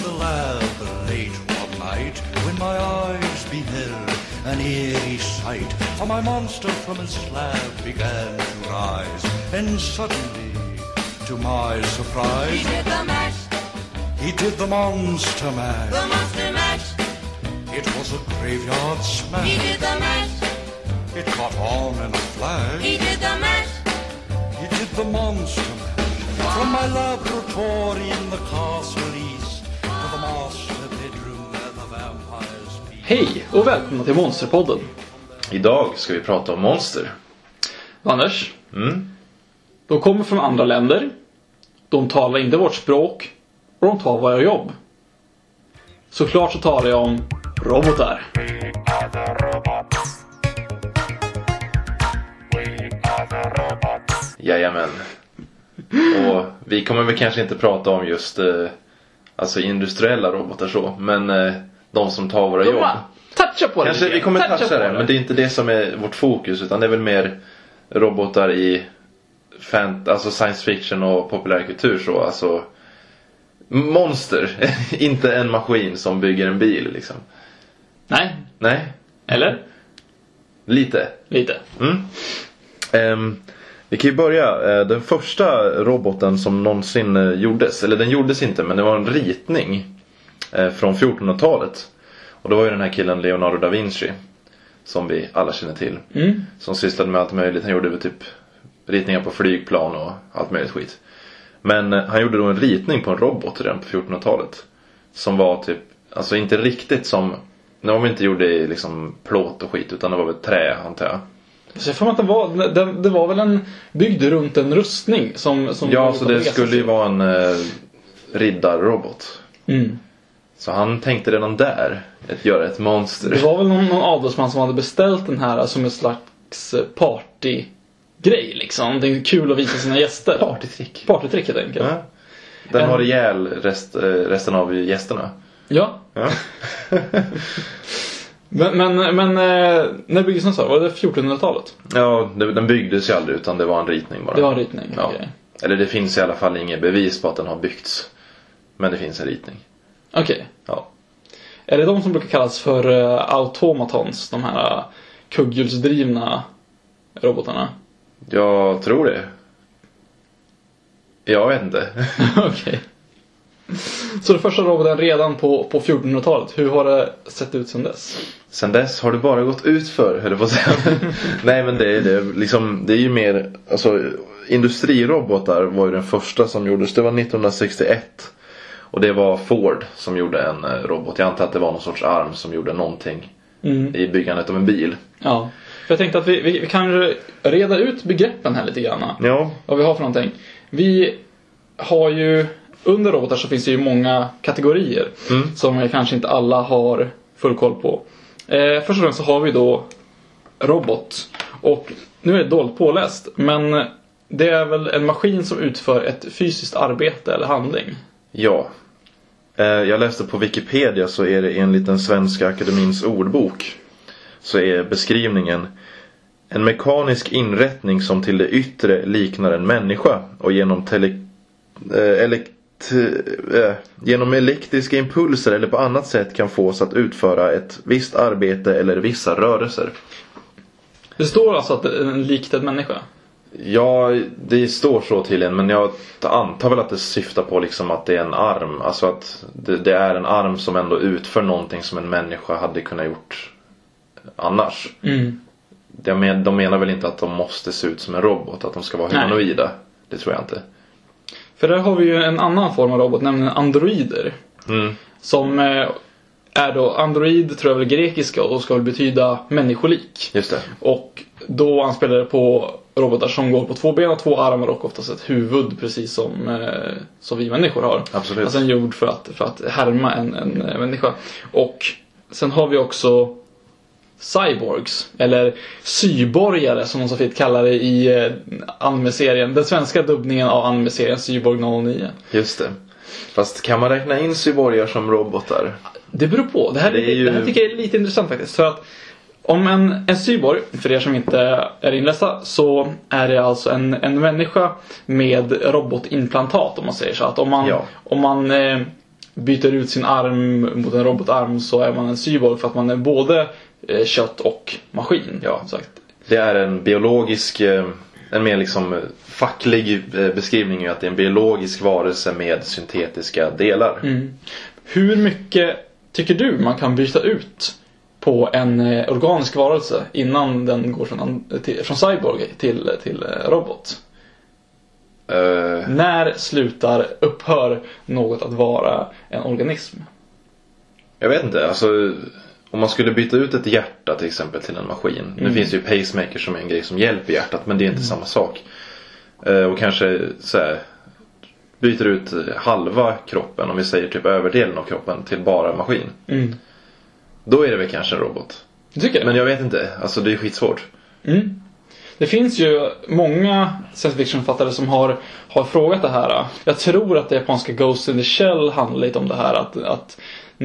the lab late one night when my eyes beheld an eerie sight. For my monster from his slab began to rise, and suddenly, to my surprise, he did the mash. He did the monster mash. The monster mash. It was a graveyard smash. He did the mash. It caught on in a flash. He did the mash. He did the monster mash. From my laboratory in the castle east to the master bedroom where the vampires feast. Hej och välkomna till Monsterpodden. Idag ska vi prata om monster. Anders, de kommer från andra länder. De talar inte vårt språk. Och de tar våra jobb. Såklart så talar jag om robotar. Jajamän. Och vi kommer väl kanske inte prata om just alltså industriella robotar så, men de som tar våra jobb. Toucha på det. Kanske vi kommer toucha det, men det är inte det som är vårt fokus, utan det är väl mer robotar i alltså science fiction och populärkultur så, alltså monster, inte en maskin som bygger en bil liksom. Nej. Eller? Lite. Vi kan ju börja. Den första roboten som någonsin gjordes, eller den gjordes inte, men det var en ritning från 1400-talet. Och då var ju den här killen Leonardo da Vinci, som vi alla känner till, som sysslade med allt möjligt. Han gjorde typ ritningar på flygplan och allt möjligt skit. Men han gjorde då en ritning på en robot redan på 1400-talet, som var typ, alltså inte riktigt som, när man inte gjorde i liksom plåt och skit, utan det var väl trä, antar jag. Så jag får att det var väl en byggd runt en rustning som ja, så det skulle ju vara en riddarrobot. Så han tänkte redan där att göra ett monster. Det var väl någon adelsman som hade beställt den här som en slags partygrej liksom. Det är kul att visa sina gäster. Partytrick helt enkelt. Ja. Den har ihjäl resten av gästerna. Ja. Men när byggdes den så? Var det 1400-talet? Ja, den byggdes ju aldrig, utan det var en ritning bara. Det var en ritning, ja. Okej. Eller det finns i alla fall inget bevis på att den har byggts. Men det finns en ritning. Okej. Ja. Är det de som brukar kallas för automatons? De här kugghjulsdrivna robotarna? Jag tror det. Jag vet inte. Okej. Så det första roboten redan på 1400-talet. Hur har det sett ut sedan dess? Sen dess har det bara gått ut för, höll jag på att säga. Nej, men det är ju mer, alltså industrirobotar var ju den första som gjordes. Det var 1961. Och det var Ford som gjorde en robot. Jag antar att det var någon sorts arm som gjorde någonting i byggandet av en bil. Ja, för jag tänkte att vi kan reda ut begreppen här lite grann. Ja. Vad vi har för någonting. Vi har ju, under robotar så finns det ju många kategorier som kanske inte alla har full koll på. Först och främst så har vi då robot. Och nu är det dåligt påläst, men det är väl en maskin som utför ett fysiskt arbete eller handling. Ja. Jag läste på Wikipedia, så är det enligt den svenska akademins ordbok, så är beskrivningen: en mekanisk inrättning som till det yttre liknar en människa och genom elektriska impulser eller på annat sätt kan fås att utföra ett visst arbete eller vissa rörelser. Det står alltså att det är en likt människa? Ja, det står så till en, men jag antar väl att det syftar på liksom att det är en arm. Alltså att det är en arm som ändå utför någonting som en människa hade kunnat gjort annars. De menar väl inte att de måste se ut som en robot, att de ska vara humanoida. Det tror jag inte. För där har vi ju en annan form av robot, nämligen androider. Som är då, android tror jag väl grekiska och ska väl betyda människolik. Just det. Och då anspelar det på robotar som går på 2 ben och 2 armar och oftast ett huvud, precis som vi människor har. Absolut. Alltså en gjord för att härma en människa. Och sen har vi också cyborgs, eller syborgare som de så fint kallar det i anime-serien. Den svenska dubbningen av anime-serien Cyborg 09. Just det. Fast kan man räkna in cyborgar som robotar? Det beror på. Det här tycker jag är lite intressant faktiskt. För att om en cyborg, för er som inte är inlästa, så är det alltså en människa med robotimplantat, om man säger så. Att om man byter ut sin arm mot en robotarm så är man en cyborg för att man är både kött och maskin. Ja. Sagt. Det är en biologisk, en mer liksom facklig beskrivning att det är en biologisk varelse med syntetiska delar. Hur mycket tycker du man kan byta ut på en organisk varelse innan den går från cyborg till robot? När upphör något att vara en organism? Jag vet inte, alltså om man skulle byta ut ett hjärta till exempel till en maskin. Nu finns det ju pacemaker som är en grej som hjälper hjärtat, men det är inte samma sak. Och kanske så här, byter ut halva kroppen, om vi säger typ överdelen av kroppen, till bara maskin. Då är det väl kanske en robot. Tycker jag. Men jag vet inte, alltså det är skitsvårt. Det finns ju många science fiction-författare som har frågat det här. Jag tror att det japanska Ghost in the Shell handlar lite om det här. Att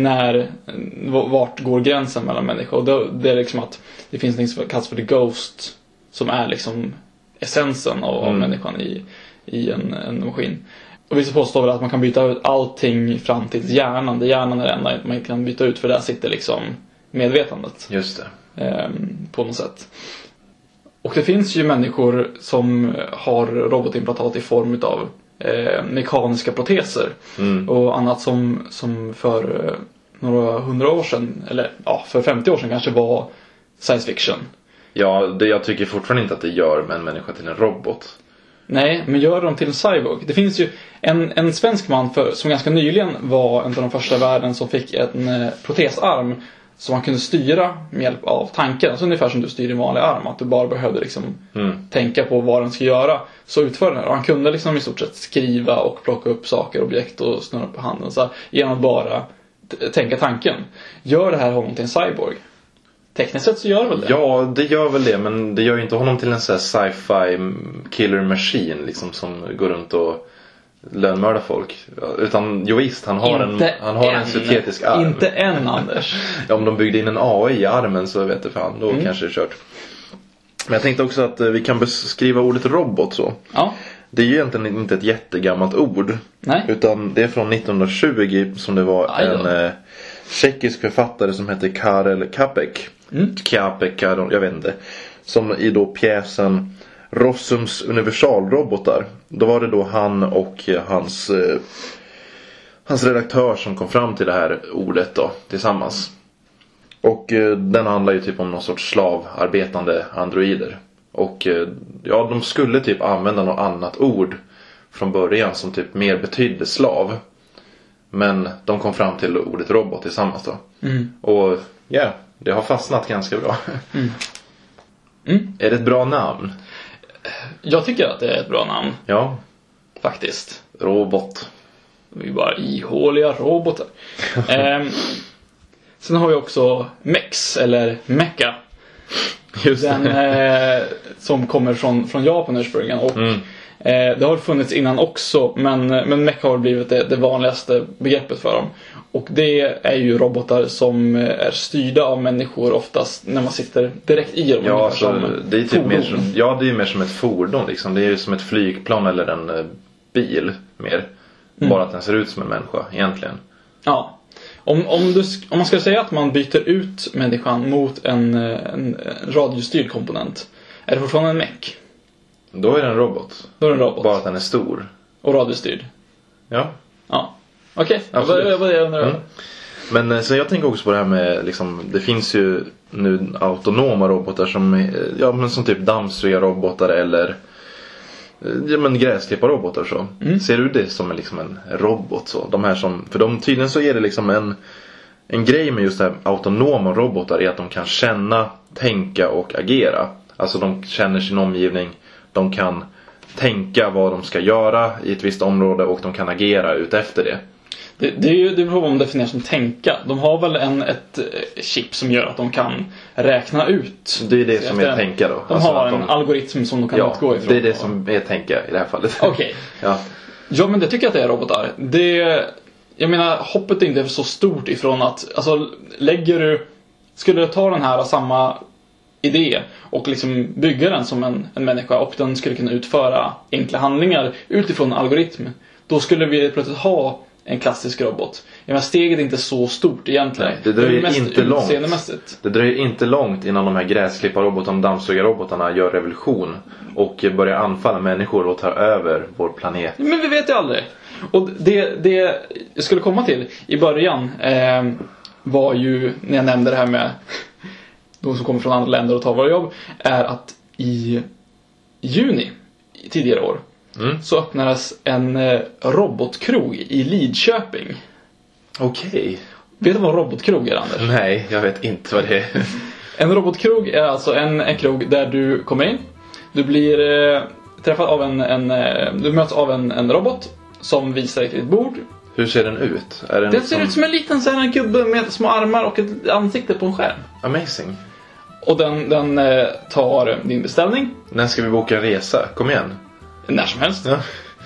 vart går gränsen mellan människor? Och det är liksom att det finns något som kallas för the ghost, som är liksom essensen av människan i en maskin. Och vissa påstår väl att man kan byta ut allting fram till hjärnan. Hjärnan är det enda man kan byta ut, för där sitter liksom medvetandet. Just det. På något sätt. Och det finns ju människor som har robotimplantat i form av mekaniska proteser och annat som för några 100 år sedan, eller för 50 år sedan kanske, var science fiction. Ja, jag tycker fortfarande inte att det gör en människa till en robot. Nej, men gör dem till en cyborg. Det finns ju en svensk man som ganska nyligen var en av de första i världen som fick en protesarm som man kunde styra med hjälp av tanken. Alltså ungefär som du styr en vanlig arm. Att du bara behövde liksom tänka på vad den ska göra. Så utför den. Och han kunde liksom i stort sett skriva och plocka upp saker, objekt och snurra på handen. Så genom att bara tänka tanken. Gör det här honom till en cyborg? Tekniskt sett så gör det väl det? Ja, det gör väl det. Men det gör ju inte honom till en sån här sci-fi killer machine liksom, som går runt och lönnmördar folk. Utan jo visst, han har en syntetisk arm. Inte än, Anders. Ja, om de byggde in en AI i armen så vet du fan, då kanske det är kört. Men jag tänkte också att vi kan beskriva ordet robot så. Ja. Det är ju egentligen inte ett jättegammalt ord. Nej. Utan det är från 1920 som det var en tjeckisk författare som heter Karel Čapek. Čapek, jag vet inte. Som i då pjäsen Rossums universalrobotar. Då var det då han och hans redaktör som kom fram till det här ordet då, tillsammans. Och den handlar ju typ om någon sorts slavarbetande androider. Och ja, de skulle typ använda något annat ord från början som typ mer betydde slav. Men de kom fram till ordet robot tillsammans då. Och ja, det har fastnat ganska bra. Är det ett bra namn? Jag tycker att det är ett bra namn. Ja. Faktiskt. Robot. Vi är bara ihåliga robotar. Sen har vi också Mex, eller Mecha. Just den som kommer från Japan ursprungligen. Och det har funnits innan också, men Mecha har blivit det vanligaste begreppet för dem. Och det är ju robotar som är styrda av människor oftast när man sitter direkt i dem. Ja, alltså, det är typ mer som, det är mer som ett fordon liksom. Det är ju som ett flygplan eller en bil mer. Bara att den ser ut som en människa egentligen. Ja. Om man ska säga att man byter ut människan mot en radiostyrd komponent, är det fortfarande en mech? Då är det en robot. Då är det en robot. Bara att den är stor. Och radiostyrd. Ja. Ja. Okej. Okay. Men så jag tänker också på det här med liksom, det finns ju nu autonoma robotar som typ dammsugarrobotar eller gräsklipparrobotar så. Ser du det som liksom en robot så? De här som, för de tydligen så är det liksom en grej med just det här autonoma robotar är att de kan känna, tänka och agera. Alltså de känner sin omgivning, de kan tänka vad de ska göra i ett visst område och de kan agera ut efter det. Det är ju det beror på vad man definierar som tänka. De har väl ett chip som gör att de kan räkna ut. Det är det som är tänka då. De har en algoritm som de kan utgå ifrån. Det är det som är tänka i det här fallet. Okej. Ja, men det tycker jag att det är robotar. Jag menar, hoppet är inte så stort ifrån att, alltså, skulle du ta den här samma idé och liksom bygga den som en människa och den skulle kunna utföra enkla handlingar utifrån en algoritm, då skulle vi plötsligt ha en klassisk robot. Jag menar, steget är inte så stort egentligen. Nej, det dröjer mest inte långt. Det dröjer inte långt innan de här gräsklipparrobotarna och dammsugarrobotarna gör revolution och börjar anfalla människor och tar över vår planet. Men vi vet ju aldrig. Och det jag skulle komma till i början var ju, när jag nämnde det här med de som kommer från andra länder och tar våra jobb, är att i juni tidigare år så öppnades en robotkrog i Lidköping. Okej. Vet du vad en robotkrog är, Anders? Nej, jag vet inte vad det är. En robotkrog är alltså en krog där du kommer in. Du blir träffad av du möts av en robot som visar dig till ditt bord. Hur ser den ut? Är den Den ser ut som en liten sån här gubbe med små armar och ett ansikte på en skärm. Amazing. Och den tar din beställning. När ska vi boka en resa? Kom igen. När som helst. Ja.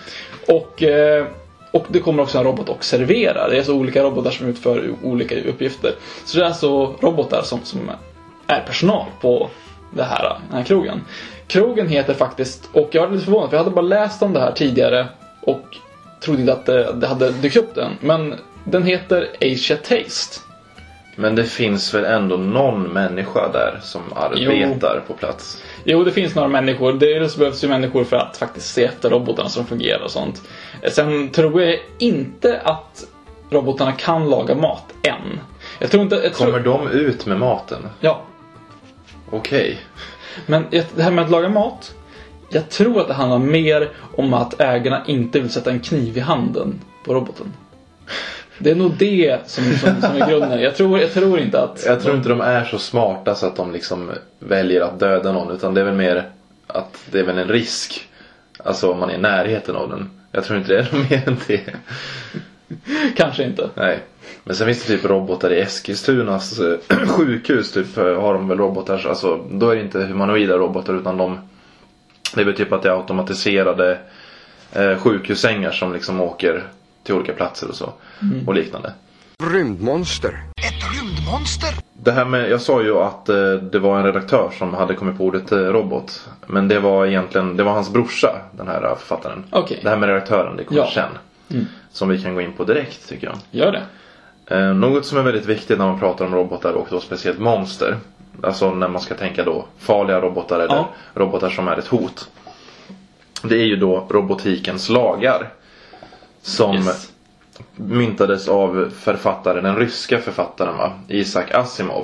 Och det kommer också en robot och serverar. Det är så olika robotar som utför olika uppgifter. Så det är alltså robotar som är personal på den här krogen. Krogen heter faktiskt, och jag var lite förvånad för jag hade bara läst om det här tidigare och trodde inte att det hade dykt upp den. Men den heter Asia Taste. Men det finns väl ändå någon människa där som arbetar på plats? Jo, det finns några människor. Det behövs ju människor för att faktiskt se efter robotarna som fungerar och sånt. Sen tror jag inte att robotarna kan laga mat än. Kommer de ut med maten? Ja. Okej. Men det här med att laga mat, jag tror att det handlar mer om att ägarna inte vill sätta en kniv i handen på roboten. Det är nog det som är grunden. Jag tror inte att... Jag tror inte de är så smarta så att de liksom väljer att döda någon. Utan det är väl mer att det är väl en risk. Alltså om man är i närheten av den. Jag tror inte det är något mer än det. Kanske inte. Nej. Men sen finns det typ robotar i Eskilstunas sjukhus typ har de väl robotar. Alltså då är det inte humanoida robotar utan det är väl typ att det är automatiserade sjukhussängar som liksom åker till olika platser och så. Och liknande. Rymdmonster. Ett rymdmonster? Det här med, jag sa ju att det var en redaktör som hade kommit på ordet robot. Men det var hans brorsa, den här författaren. Okay. Det här med redaktören, det kommer sen. Som vi kan gå in på direkt tycker jag. Gör det. Något som är väldigt viktigt när man pratar om robotar och då speciellt monster. Alltså när man ska tänka då farliga robotar eller robotar som är ett hot. Det är ju då robotikens lagar. Som myntades av den ryska författaren Isaac Asimov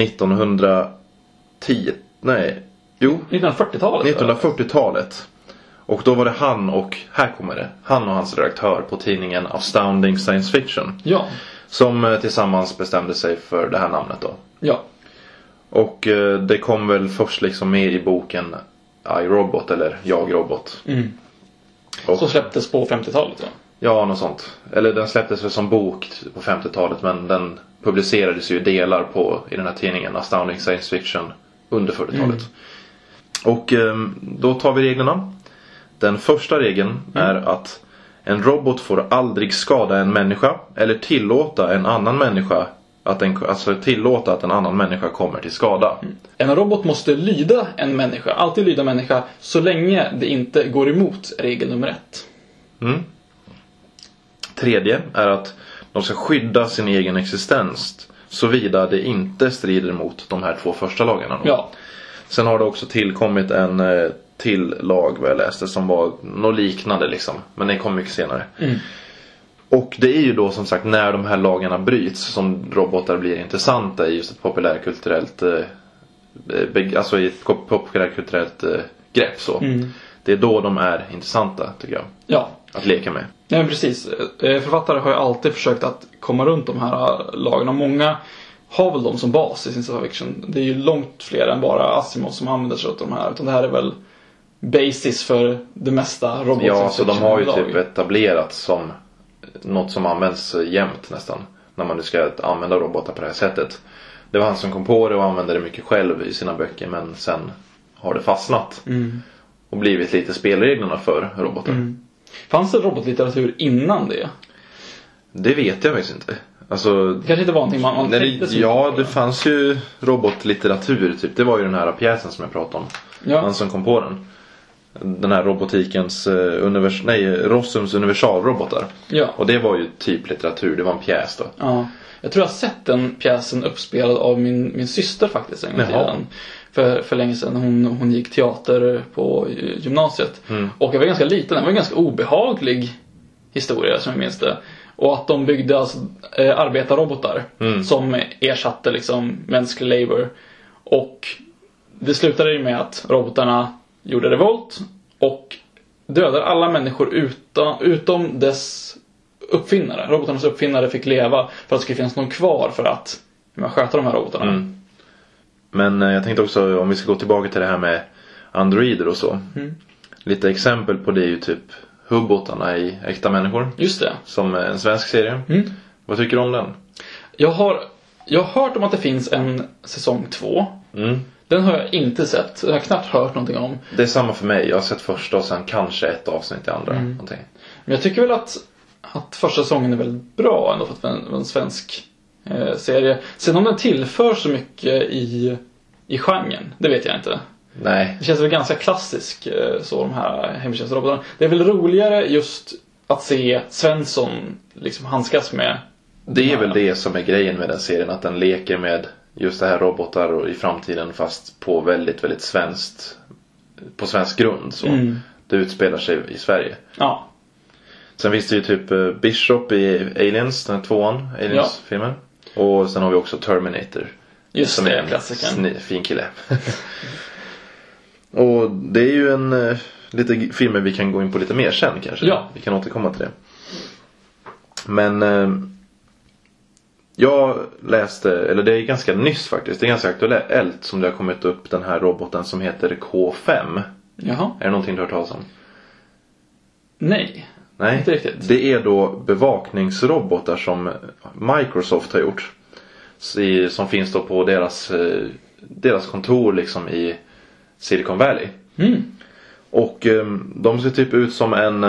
1940-talet. Och då var det han och hans redaktör på tidningen Astounding Science Fiction. Ja. Som tillsammans bestämde sig för det här namnet då. Ja. Och det kom väl först liksom med i boken I, Robot eller Jag, Robot. Och så släpptes på 50-talet va? Ja, något sånt. Eller den släpptes väl som bok på 50-talet men den publicerades ju delar i den här tidningen Astounding Science Fiction under 40-talet. Och då tar vi reglerna. Den första regeln är att en robot får aldrig skada en människa eller tillåta en annan människa att en annan människa kommer till skada. En robot måste lyda en människa, alltid lyda människa så länge det inte går emot regel nummer 1. Tredje är att de ska skydda sin egen existens såvida det inte strider mot de här 2 första lagarna. Ja. Sen har det också tillkommit en till lag vad jag läste som var något liknande liksom. Men den kom mycket senare. Och det är ju då som sagt när de här lagarna bryts som robotar blir intressanta i just ett populärkulturellt alltså i ett populärkulturellt grepp så. Det är då de är intressanta tycker jag. Ja. Att leka med. Ja, men precis. Författare har ju alltid försökt att komma runt de här lagarna. Många har väl dem som bas i sin science fiction. Det är ju långt fler än bara Asimov som använder sig av de här. Utan det här är väl basis för det mesta robot. Ja, så de har ju typ etablerat som något som används jämt nästan. När man nu ska använda robotar på det här sättet. Det var han som kom på det och använde det mycket själv i sina böcker. Men sen har det fastnat. Och blivit lite spelreglerna för robotar. Fanns det robotlitteratur innan det? Det vet jag faktiskt inte. Alltså, det kanske inte var någonting man tänkte sig. Ja, det fanns ju robotlitteratur typ. Det var ju den här pjäsen som jag pratade om. Han som kom på den. den här robotikens Rossums universalrobotar. Ja. Och det var ju typ litteratur, det var en pjäs då. Ja. Jag tror jag har sett den pjäsen uppspelad av min syster faktiskt en gång i tiden. För länge sedan. Hon gick teater på gymnasiet. Och jag var ganska liten. Det var en ganska obehaglig historia som jag minns det. Och att de byggde alltså, arbetarrobotar som ersatte liksom mänsklig labor. Och det slutade ju med att robotarna gjorde revolt och dödade alla människor utom dess uppfinnare. Robotarnas uppfinnare fick leva för att det skulle finnas någon kvar för att sköta de här robotarna. Men jag tänkte också, om vi ska gå tillbaka till det här med androider och så. Lite exempel på det är ju typ Hubbotarna i Äkta människor. Just det. Som en svensk serie. Vad tycker du om den? Jag har hört om att det finns en säsong 2. Den har jag inte sett. Jag har knappt hört någonting om. Det är samma för mig. Jag har sett första och sen kanske ett avsnitt i andra. Någonting. Men jag tycker väl att första säsongen är väldigt bra ändå för att vara en svensk serie. Sen om den tillför så mycket i genren, det vet jag inte. Nej. Det känns väl ganska klassisk så de här hemtjänstrobotarna. Det är väl roligare just att se Svensson liksom handskas med. Det är väl det som är grejen med den serien, att den leker med just det här robotar och i framtiden fast på väldigt, väldigt svenskt, på svensk grund så. Det utspelar sig i Sverige. Ja. Sen finns det ju typ Bishop i Aliens, den här 2an, Aliens-filmen. Och sen har vi också Terminator. Just som det, är en klassikern. Fin kille. Och det är ju en lite filmer vi kan gå in på lite mer sen kanske. Ja. Vi kan återkomma till det. Men jag läste, eller det är ganska nyss faktiskt, det är ganska aktuellt som det har kommit upp den här roboten som heter K5. Jaha. Är det någonting du har hört talas om? Nej, inte riktigt. Det är då bevakningsrobotar som Microsoft har gjort. Som finns då på deras kontor liksom i Silicon Valley. Och de ser typ ut som en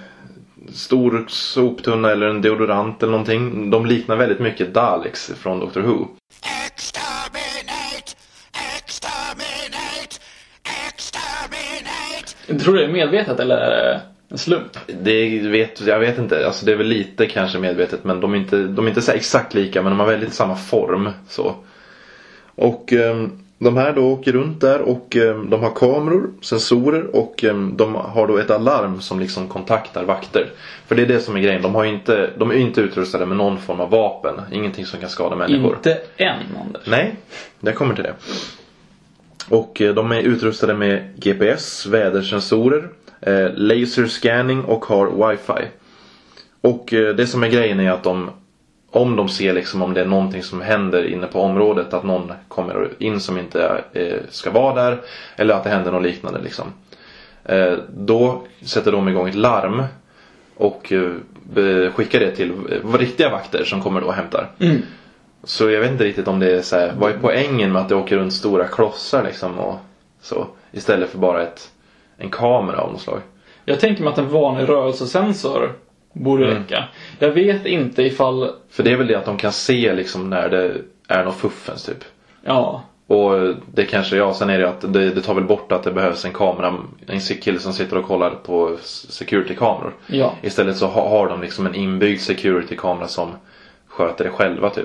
stor soptunna eller en deodorant eller någonting. De liknar väldigt mycket Daleks från Doctor Who. Exterminate! Exterminate! Exterminate! Tror du det är medvetet eller är det en slump? Jag vet inte. Alltså det är väl lite kanske medvetet, men de är inte så exakt lika, men de har väldigt samma form så. Och de här då åker runt där och de har kameror, sensorer och de har då ett alarm som liksom kontaktar vakter. För det är det som är grejen. De är inte utrustade med någon form av vapen. Ingenting som kan skada människor. Inte än, Anders. Nej, jag kommer till det. Och de är utrustade med GPS, vädersensorer, laser scanning och har wifi. Och det som är grejen är att om de ser liksom om det är någonting som händer inne på området, att någon kommer in som inte ska vara där, eller att det händer något liknande liksom, då sätter de igång ett larm och skickar det till riktiga vakter som kommer då och hämtar. Så jag vet inte riktigt om det är så här, vad är poängen med att det åker runt stora klossar liksom och så, istället för bara en kamera av något slag. Jag tänker mig att en vanlig rörelsesensor borde räcka. Jag vet inte ifall... För det är väl det att de kan se liksom när det är något fuffens typ. Ja. Och det kanske, sen är det att det tar väl bort att det behövs en kamera, en kille som sitter och kollar på security-kameror. Ja. Istället så har de liksom en inbyggd security-kamera som sköter det själva typ.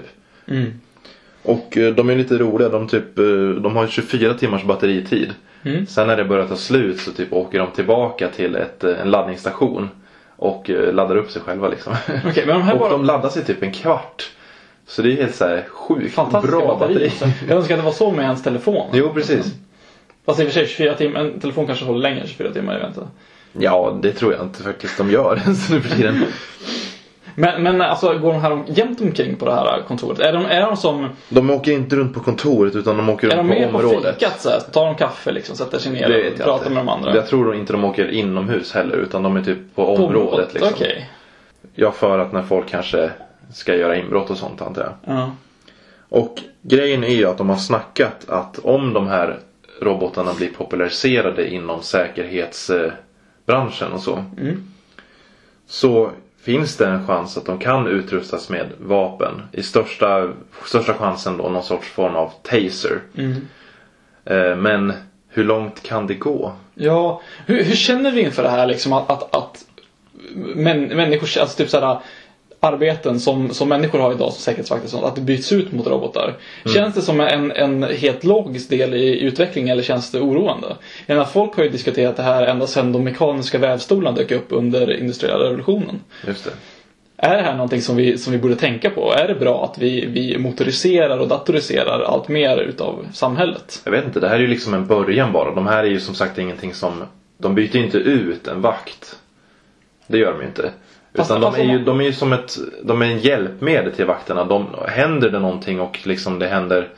Och de är lite roliga, de har 24 timmars batteritid. Sen när det börjar ta slut så typ åker de tillbaka till en laddningsstation och laddar upp sig själva liksom. Okay, men de laddar sig typ en kvart. Så det är helt så här sjukt bra batteri. Jag önskar att det var så med ens telefon. Jo, precis. Fast i och för sig 24 timmar, en telefon kanske håller längre 24 timmar, jag vet inte. Ja, det tror jag inte faktiskt de gör ens nu för tiden. Men alltså, går de här jämt omkring på det här kontoret? Är de som... De åker inte runt på kontoret utan de åker runt på området. Är de med på fikat så här? Tar de kaffe liksom, sätter sig ner och pratar med de andra? Jag tror inte de åker inomhus heller, utan de är typ på området liksom. Okay. Ja, för att när folk kanske ska göra inbrott och sånt, antar jag. Ja. Och grejen är ju att de har snackat att om de här robotarna blir populariserade inom säkerhetsbranschen och så finns det en chans att de kan utrustas med vapen. I största chansen då någon sorts form av taser. Men hur långt kan det gå? Ja, hur känner vi inför det här liksom att människor, alltså typ sådär arbeten som människor har idag som säkerhetsvakter, sånt, att det byts ut mot robotar. Känns det som en helt logisk del i utvecklingen, eller känns det oroande? Folk har ju diskuterat det här ända sedan de mekaniska vävstolarna dök upp under industriella revolutionen. Just det. Är det här någonting som vi borde tänka på? Är det bra att vi motoriserar och datoriserar allt mer utav samhället? Jag vet inte, det här är ju liksom en början bara. De här är ju som sagt ingenting som... De byter inte ut en vakt. Det gör de ju inte. Utan de är ju som de är en hjälpmedel till vakterna. Händer det någonting och liksom det händer...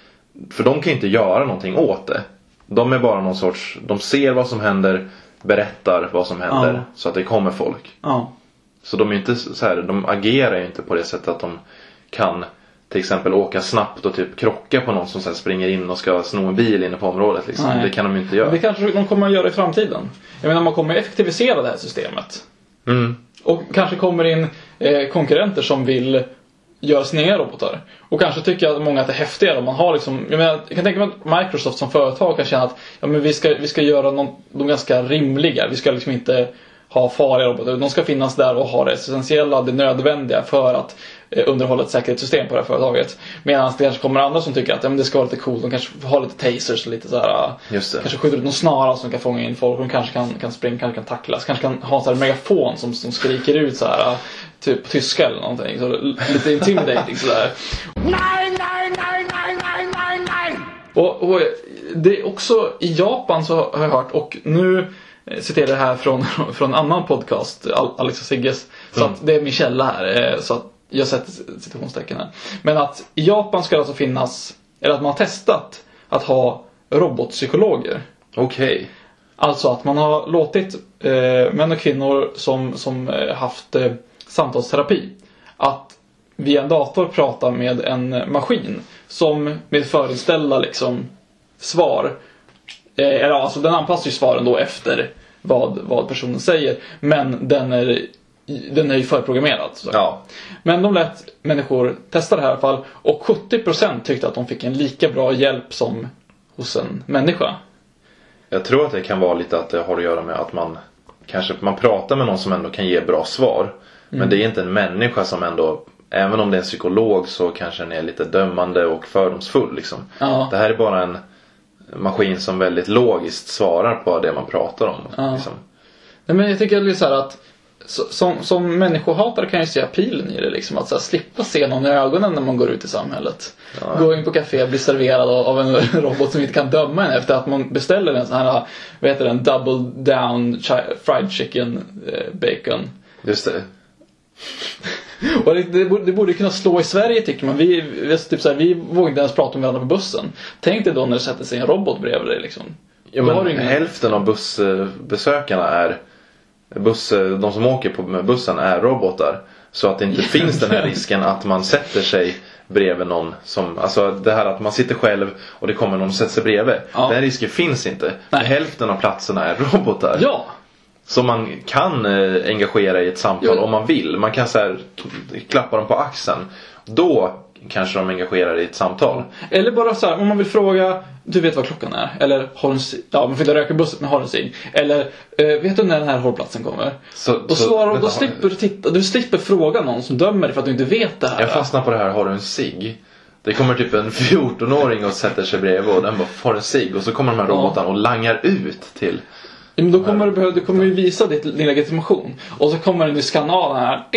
För de kan inte göra någonting åt det. De är bara någon sorts... De ser vad som händer, berättar vad som händer, så att det kommer folk. Ja. Så de är inte så här, de agerar ju inte på det sättet att de kan till exempel åka snabbt och typ krocka på någon som sen springer in och ska sno en bil inne på området liksom. Det kan de ju inte göra. Det kanske de kommer att göra i framtiden. Jag menar, man kommer att effektivisera det här systemet. Och kanske kommer in konkurrenter som vill göra sina egna robotar. Och kanske tycker att många att det är häftigare om man har liksom, jag kan tänka mig att Microsoft som företag kan känna att men vi ska göra de ganska rimliga. Vi ska liksom inte ha farliga robotar. De ska finnas där och ha det essentiella, det nödvändiga för att underhålla ett säkerhetssystem på det här företaget. Medan det kanske kommer andra som tycker att det ska vara lite coolt. De kanske har lite tasers och lite så här. Kanske skjuter ut någon snara som kan fånga in folk. De kanske kan springa, kanske kan tacklas. Kanske kan ha så här megafon som skriker ut så här, typ på tyska eller någonting. Så lite intimidating så där. Nej, nej, nej, nej, nej, nej, nej! Och det är också i Japan, så har jag hört, och nu citerar det här från en annan podcast, Alex och Sigges, så att det är min källa här, så att jag sätter citationstecken här. Men att i Japan ska det alltså finnas, eller att man har testat att ha robotpsykologer. Okej. Alltså att man har låtit män och kvinnor som haft samtalsterapi att via en dator prata med en maskin som med förinställda liksom svar, eller alltså den anpassar ju svaren då efter vad personen säger, men den är ju förprogrammerad. Så. Ja. Men de lät människor testa det här i alla fall, och 70% tyckte att de fick en lika bra hjälp som hos en människa. Jag tror att det kan vara lite att det har att göra med att man pratar med någon som ändå kan ge bra svar. Men det är inte en människa som ändå, även om det är en psykolog, så kanske den är lite dömande och fördomsfull liksom. Ja. Det här är bara en maskin som väldigt logiskt svarar på det man pratar om. Ja. Liksom. Nej, men jag tycker det är så här att som människohatare kan jag se appealen i det liksom, att så här, slippa se någon i ögonen när man går ut i samhället. Ja. Gå in på café och bli serverad av en robot som inte kan döma en efter att man beställer en sån här, vad heter den, double down fried chicken bacon. Just det. Och det borde kunna slå i Sverige, tycker man. Vi vågar inte ens prata om varandra på bussen. Tänk dig då när det sätter sig en robot bredvid dig liksom. Ja, men hälften av bussbesökarna är de som åker med bussen är robotar. Så att det inte finns den här risken att man sätter sig bredvid någon som, alltså det här att man sitter själv och det kommer någon och sätter sig bredvid. Den här risken finns inte. Hälften av platserna är robotar. Ja. Så man kan engagera i ett samtal om man vill. Man kan så här klappa dem på axeln. Då kanske de engagerar i ett samtal. Eller bara så här, om man vill fråga, du vet vad klockan är, eller har en man får inte röka bussen men har en cigg, eller vet du när den här hållplatsen kommer? Då slipper du titta, du slipper fråga någon som dömer dig för att du inte vet det här. Jag fastnar på det här, har du en cigg? Det kommer typ en 14-åring och sätter sig bredvid och den bara får en cigg, och så kommer de här robotarna och langar ut till. Men då kommer du kommer ju visa din legitimation, och så kommer den ju skanna av den här.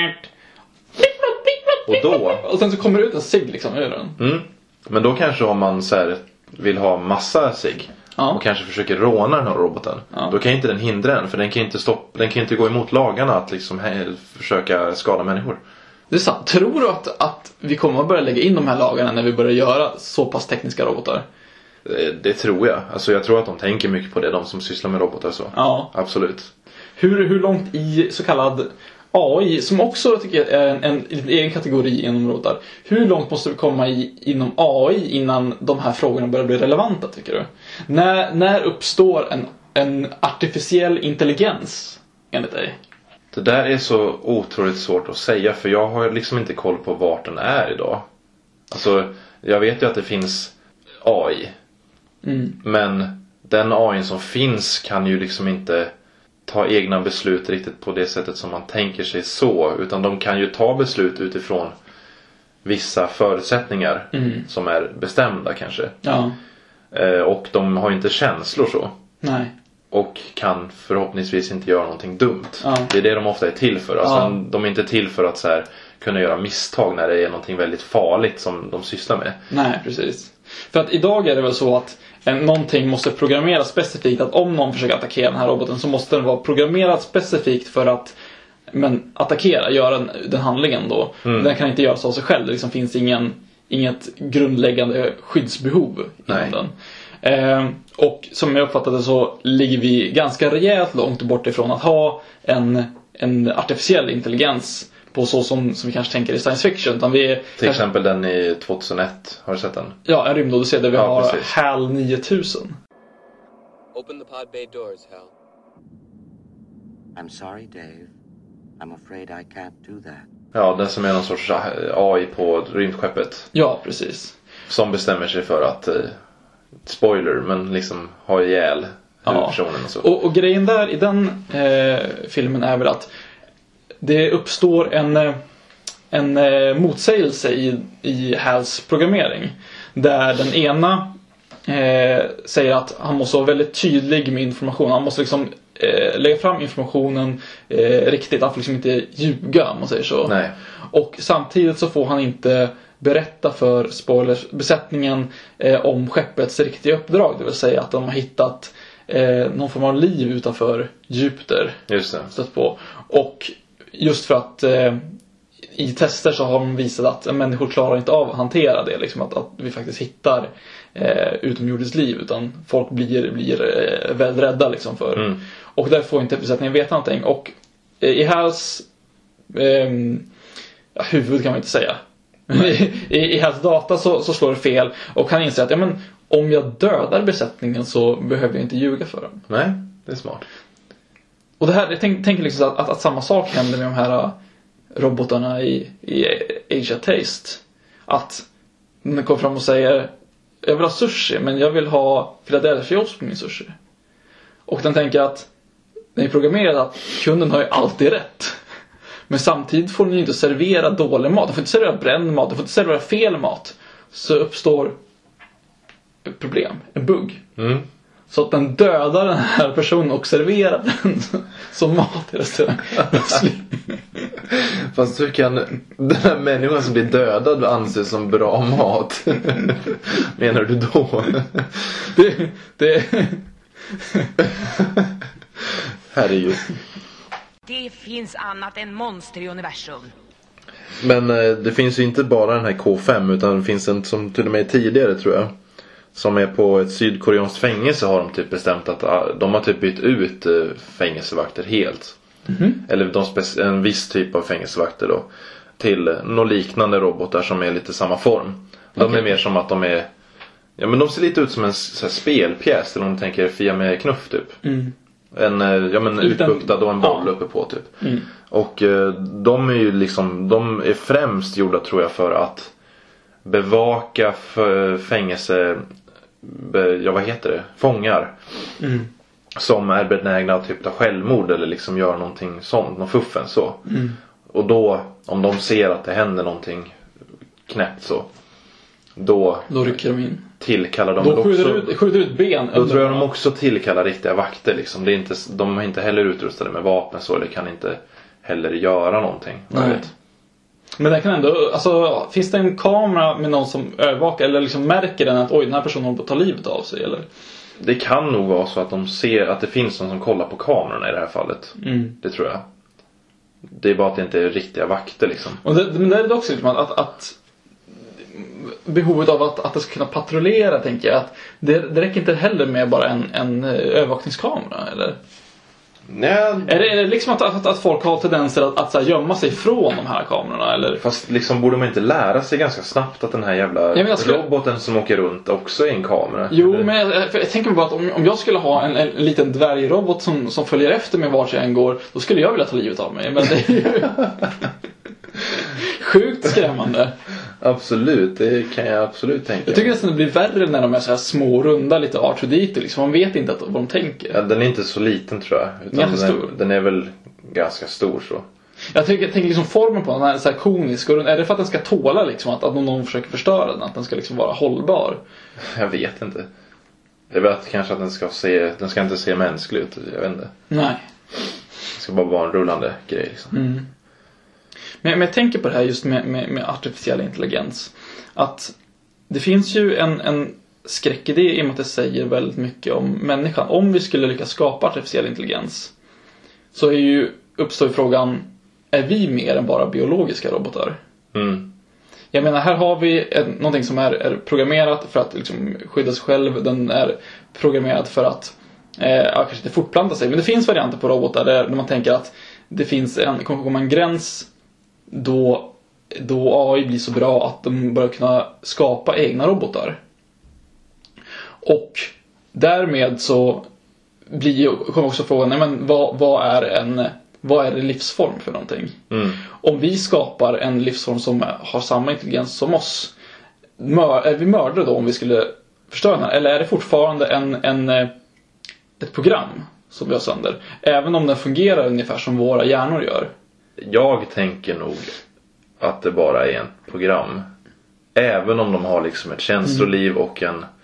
Och sen så kommer det ut en cigg liksom ur den. Men då kanske om man så här vill ha massa cigg och kanske försöker råna den här roboten, då kan inte den hindra den, för den kan inte den kan inte gå emot lagarna att liksom försöka skada människor. Det är sant. Tror du att vi kommer att börja lägga in de här lagarna när vi börjar göra så pass tekniska robotar? Det tror jag. Alltså jag tror att de tänker mycket på det, de som sysslar med robotar så. Ja. Absolut. Hur långt i så kallad AI, som också tycker jag är en egen kategori inom robotar, hur långt måste vi komma inom AI innan de här frågorna börjar bli relevanta, tycker du? När uppstår en artificiell intelligens enligt dig? Det där är så otroligt svårt att säga, för jag har liksom inte koll på vart den är idag. Alltså jag vet ju att det finns AI. Men den AI:n som finns kan ju liksom inte ta egna beslut riktigt på det sättet som man tänker sig så. Utan de kan ju ta beslut utifrån vissa förutsättningar som är bestämda kanske. Ja. Och de har inte känslor så. Nej. Och kan förhoppningsvis inte göra någonting dumt. Ja. Det är det de ofta är till för. Alltså de är inte till för att så här, kunna göra misstag när det är någonting väldigt farligt som de sysslar med. Nej, precis. För att idag är det väl så att någonting måste programmeras specifikt. Att om någon försöker attackera den här roboten så måste den vara programmerad specifikt för att attackera, göra den handlingen då. Den kan inte göras av sig själv. Det liksom finns inget grundläggande skyddsbehov inom den. Och som jag uppfattade så ligger vi ganska rejält långt bort ifrån att ha en artificiell intelligens på så som vi kanske tänker i science fiction. Utan vi är till exempel den i 2001, har du sett den? Ja, en rymdodyssé där vi har precis. HAL 9000. Open the pod bay doors, Hal. I'm sorry, Dave. I'm afraid I can't do that. Ja, den som är någon sorts AI på rymdskeppet. Ja, precis. Som bestämmer sig för att spoiler, men liksom ha ihjäl huvudpersonen och så. Och grejen där i den filmen är väl att det uppstår en motsägelse i Hals programmering. Där den ena säger att han måste vara väldigt tydlig med information. Han måste liksom lägga fram informationen riktigt. Han får liksom inte ljuga, om man säger så. Nej. Och samtidigt så får han inte berätta för spoilerbesättningen om skeppets riktiga uppdrag. Det vill säga att de har hittat någon form av liv utanför Jupiter. Just det. Stött på. Och just för att i tester så har de visat att människor klarar inte av att hantera det. Liksom att vi faktiskt hittar utomjordiskt liv. Utan folk blir väldigt rädda liksom för. Och där får inte besättningen veta någonting. Och i Hals huvud kan man inte säga. I Hals data så slår det fel. Och han inser att om jag dödar besättningen så behöver jag inte ljuga för dem. Nej, det är smart. Och det här, jag tänker liksom att samma sak händer med de här robotarna i Asia Taste. Att den kommer fram och säger jag vill ha sushi, men jag vill ha Philadelphia-ost på min sushi. Och den tänker att den är programmerad att kunden har ju alltid rätt. Men samtidigt får den ju inte servera dålig mat. Den får inte servera bränd mat, den får inte servera fel mat. Så uppstår ett problem, en bugg. Så att den dödar den här personen och serverar den som mat i restaurangen. Fast hur kan den här människan som blir dödad anses som bra mat? Menar du då? Det Herregud. Det finns annat än monster i universum. Men det finns ju inte bara den här K5, utan det finns en som till och med tidigare tror jag. Som är på ett sydkoreanskt fängelse har de typ bestämt att de har typ bytt ut fängelsevakter helt. Eller en viss typ av fängelsevakter då. Till några liknande robotar som är lite samma form. De är mer som att de är... Ja, men de ser lite ut som en så här, spelpjäs. Eller om du tänker Fia med knuff typ. En utbuktad och en boll uppe på typ. Och de är ju liksom... De är främst gjorda tror jag för att bevaka fängelse... vad heter det? Fångar. Som är benägna att typ ta självmord eller liksom göra någonting sånt, någon fuffen så. Och då, om de ser att det händer någonting knäppt så, då rycker de in. Tillkallar de då också, skjuter ut ben. Då tror jag de också tillkallar riktiga vakter liksom. Det är inte, de är inte heller utrustade med vapen så, eller kan inte heller göra någonting. Nej. Men det kan ändå, alltså, finns det en kamera med någon som övervakar eller liksom märker den att oj, den här personen håller på att ta livet av sig eller? Det kan nog vara så att de ser att det finns någon som kollar på kamerorna i det här fallet. Det tror jag. Det är bara att det inte är riktiga vakter liksom. Och men det är också liksom att behovet av att det ska kunna patrullera, tänker jag. Att det räcker inte heller med bara en övervakningskamera, eller? Nej. Är det liksom att folk har tendenser att så här, gömma sig från de här kamerorna, eller? Fast liksom borde man inte lära sig ganska snabbt att den här jävla roboten som åker runt också är en kamera? Jo, eller? men jag tänker bara att om jag skulle ha en liten dvärgrobot som följer efter mig vart jag än går, då skulle jag vilja ta livet av mig. Men det är ju sjukt skrämmande. Absolut, det kan jag absolut tänka. Jag tycker nästan det blir värre när de är så här små, runda, lite R2D2 liksom. Man vet inte vad de tänker. Ja, den är inte så liten tror jag. Utan den är väl ganska stor så. Jag tänker liksom formen på den här, så här konisk. Och är det för att den ska tåla liksom att någon försöker förstöra den? Att den ska liksom vara hållbar? Jag vet inte. Det är väl kanske att den ska inte se mänsklig ut. Jag vet inte. Nej. Det ska bara vara en rullande grej liksom. Men jag tänker på det här just med artificiell intelligens. Att det finns ju en skräckidé i och med att det säger väldigt mycket om människan. Om vi skulle lyckas skapa artificiell intelligens så uppstår frågan, är vi mer än bara biologiska robotar? Jag menar, här har vi någonting som är programmerat för att liksom skydda sig själv. Den är programmerad för att kanske inte fortplanta sig. Men det finns varianter på robotar där man tänker att det finns en gräns då AI blir så bra att de börjar kunna skapa egna robotar. Och därmed så kommer också frågan, nej men vad är det livsform för någonting? Om vi skapar en livsform som har samma intelligens som oss, är vi mördare då om vi skulle förstöra den här? Eller är det fortfarande ett program som vi har sönder? Även om den fungerar ungefär som våra hjärnor gör. Jag tänker nog att det bara är ett program. Även om de har liksom ett känsloliv och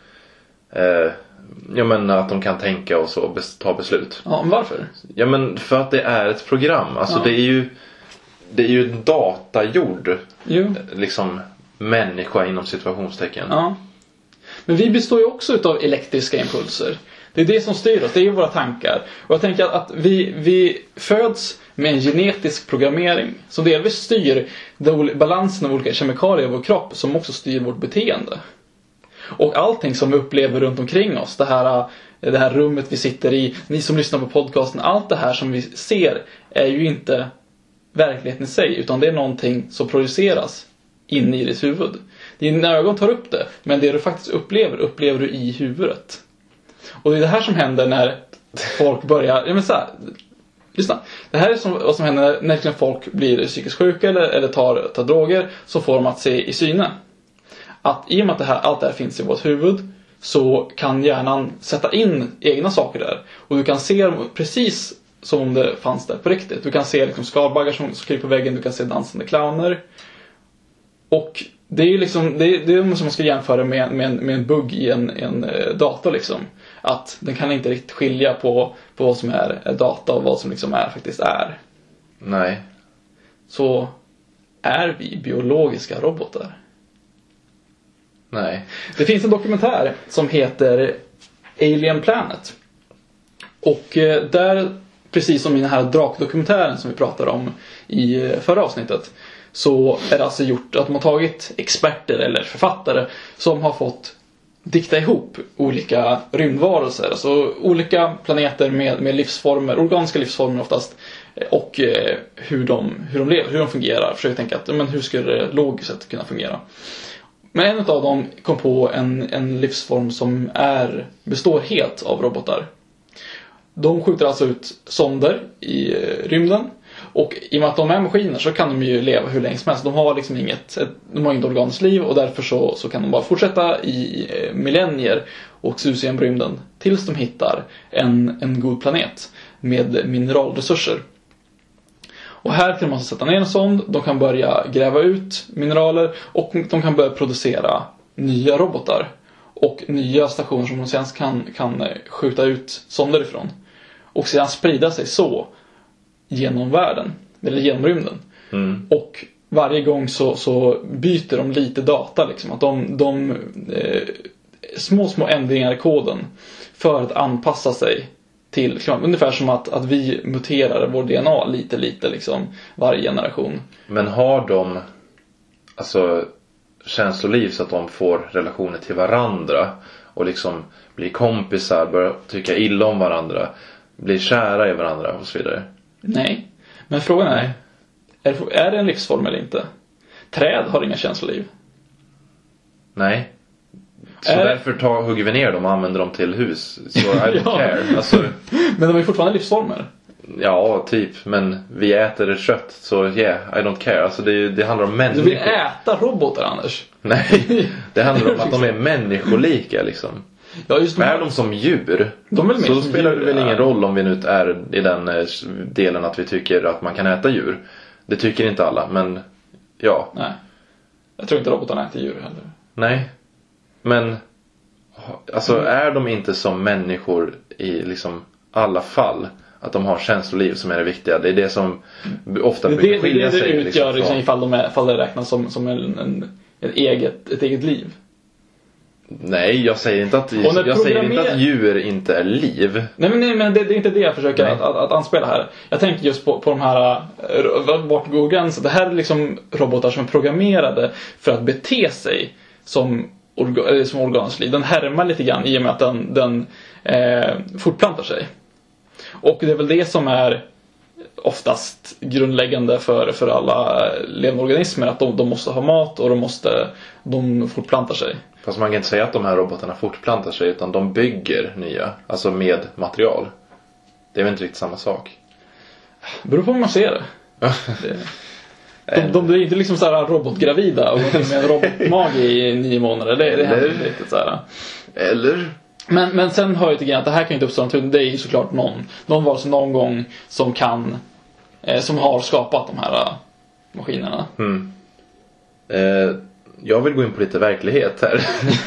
att de kan tänka och så ta beslut. Ja, men varför? Ja, men för att det är ett program. Alltså det är ju en datagjord liksom människa inom situationstecken. Ja. Men vi består ju också utav elektriska impulser. Det är det som styr oss, det är ju våra tankar. Och jag tänker att vi föds med en genetisk programmering som delvis styr balansen av olika kemikalier i vår kropp, som också styr vårt beteende. Och allting som vi upplever runt omkring oss, det här rummet vi sitter i, ni som lyssnar på podcasten, allt det här som vi ser är ju inte verkligheten i sig, utan det är någonting som produceras in i ditt huvud. Dina ögon tar upp det, men det du faktiskt upplever du i huvudet. Och det är det här som händer när folk börjar, lyssna. Det här är vad som händer när folk blir psykiskt sjuka eller tar droger, så får de att se i syne. Att i och med att allt det här finns i vårt huvud, så kan hjärnan sätta in egna saker där. Och du kan se precis som om det fanns där på riktigt. Du kan se liksom skalbaggar som kryper på väggen, du kan se dansande clowner. Och det är liksom, det är som man ska jämföra med en bugg i en dator liksom. Att den kan inte riktigt skilja på vad som är data och vad som liksom faktiskt är. Nej. Så är vi biologiska robotar? Nej. Det finns en dokumentär som heter Alien Planet. Och där, precis som i den här drakdokumentären som vi pratade om i förra avsnittet, så är det alltså gjort att de har tagit experter eller författare som har fått dikta ihop olika rymdvarelser, alltså olika planeter med livsformer, organiska livsformer oftast, och hur de lever, hur de fungerar. Försöker tänka att hur skulle det logiskt sett kunna fungera. Men en av dem kom på en livsform som består helt av robotar. De skjuter alltså ut sonder i rymden. Och i och med att de är maskiner så kan de ju leva hur länge som helst. De har liksom inget organiskt liv, och därför så kan de bara fortsätta i millennier och susa genom rymden tills de hittar en god planet med mineralresurser. Och här kan man sätta ner en sond, de kan börja gräva ut mineraler och de kan börja producera nya robotar och nya stationer som de sen kan skjuta ut sonder ifrån. Och sedan sprida sig så genom världen, eller genom rymden. Och varje gång så byter de lite data liksom, att de små ändringar i koden för att anpassa sig till, ungefär som att vi muterar vår DNA lite liksom varje generation. Men har de alltså känsloliv så att de får relationer till varandra och liksom blir kompisar, börjar tycka illa om varandra, blir kära i varandra och så vidare? Nej, men frågan är det en livsform eller inte? Träd har inga känsloliv. Nej. Så därför hugger vi ner dem och använder dem till hus. Så I don't care. Alltså... Men de är fortfarande livsformer. Ja, typ. Men vi äter kött, så yeah, I don't care. Alltså det handlar om människor. Du vill äta robotar, Anders? Nej, det handlar om att de är människolika liksom. Ja, just är de som djur, så spelar det väl ingen roll om vi nu är i den delen att vi tycker att man kan äta djur. Det tycker inte alla, men ja. Nej, jag tror inte robotarna äter djur heller. Nej, men alltså är de inte som människor i liksom alla fall, att de har känsloliv som är det viktiga. Det är det som ofta brukar skilja sig. Det utgör liksom, ifall det räknas som ett eget liv. Nej, jag säger inte att djur inte är liv. Nej, men det är inte det jag försöker att anspela här. Jag tänker just på de här vart går gränsen. Det här är liksom robotar som är programmerade för att bete sig som organiskt liv. Den härmar lite grann i och med att den fortplantar sig. Och det är väl det som är oftast grundläggande för alla levande organismer, att de måste ha mat och de fortplantar sig. Fast man kan inte säga att de här robotarna fortplantar sig, utan de bygger nya, alltså med material. Det är väl inte riktigt samma sak. Det beror på hur man ser det. De blir inte liksom såhär robotgravida och med en robotmage i 9 månader. Det händer inte riktigt såhär. Eller? Men sen hör jag till att det här kan inte uppstå naturligt. Det är ju såklart någon var som någon gång som har skapat de här maskinerna. Jag vill gå in på lite verklighet här.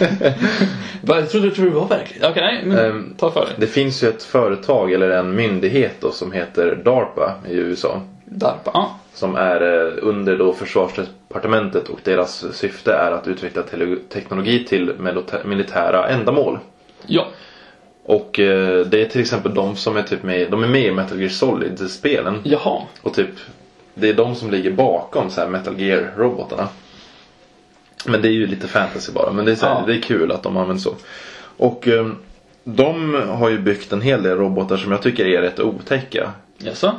Jag trodde det var verkligt. Okej, nej, men ta för dig. Det finns ju ett företag eller en myndighet då, som heter DARPA i USA. DARPA, ja. Som är under då försvarsdepartementet, och deras syfte är att utveckla teknologi till militära ändamål. Ja. Och det är till exempel de som är typ med i Metal Gear Solid-spelen. Jaha. Och typ det är de som ligger bakom så här Metal Gear-robotarna. Men det är ju lite fantasy bara. Men det är, så här, det är kul att de använder så. Och de har ju byggt en hel del robotar som jag tycker är rätt otäcka. Jaså?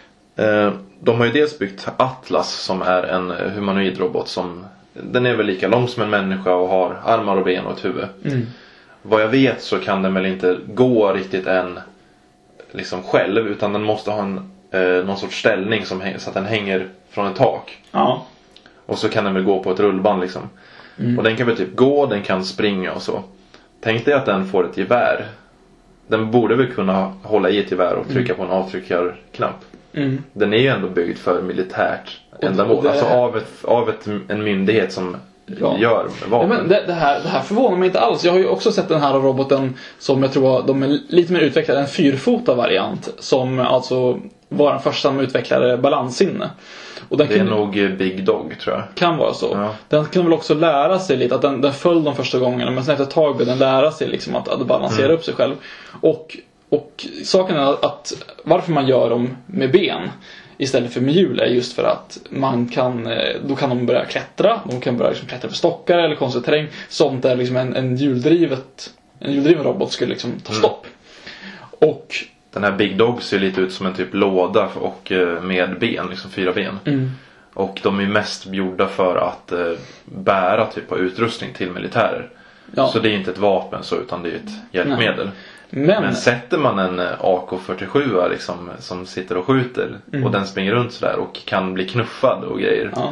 De har ju dels byggt Atlas, som är en humanoid robot som... Den är väl lika lång som en människa och har armar och ben och ett huvud. Vad jag vet så kan den väl inte gå riktigt liksom själv, utan den måste ha någon sorts ställning så att den hänger från ett tak. Ja. Och så kan den väl gå på ett rullband liksom. Och den kan väl typ gå, den kan springa och så. Tänk dig att den får ett gevär. Den borde väl kunna hålla i ett gevär och trycka på en avtryckarknapp. Den är ju ändå byggd för militärt ändamål. Alltså av en myndighet som gör vapen. Ja, men det här förvånar mig inte alls. Jag har ju också sett den här roboten som jag tror de är lite mer utvecklad, en 4-fota variant, som alltså var den första som utvecklade balanssinne. Och den det är nog Big Dog, tror jag. Kan vara så. Ja. Den kan väl också lära sig lite, att den föll de första gångerna, men sen efter ett tag började den lära sig liksom att balansera upp sig själv. Och saken är att varför man gör dem med ben istället för med hjul är just för att då kan de börja klättra. De kan börja liksom klättra för stockar eller konstig terräng. Sånt där liksom en hjuldriven robot skulle liksom ta stopp. Och den här Big Dog ser lite ut som en typ låda och med ben, liksom 4 ben. Och de är mest gjorda för att bära typ av utrustning till militärer. Ja. Så det är inte ett vapen så, utan det är ett hjälpmedel. Men sätter man en AK-47 liksom, som sitter och skjuter och den springer runt sådär och kan bli knuffad och grejer. Ja.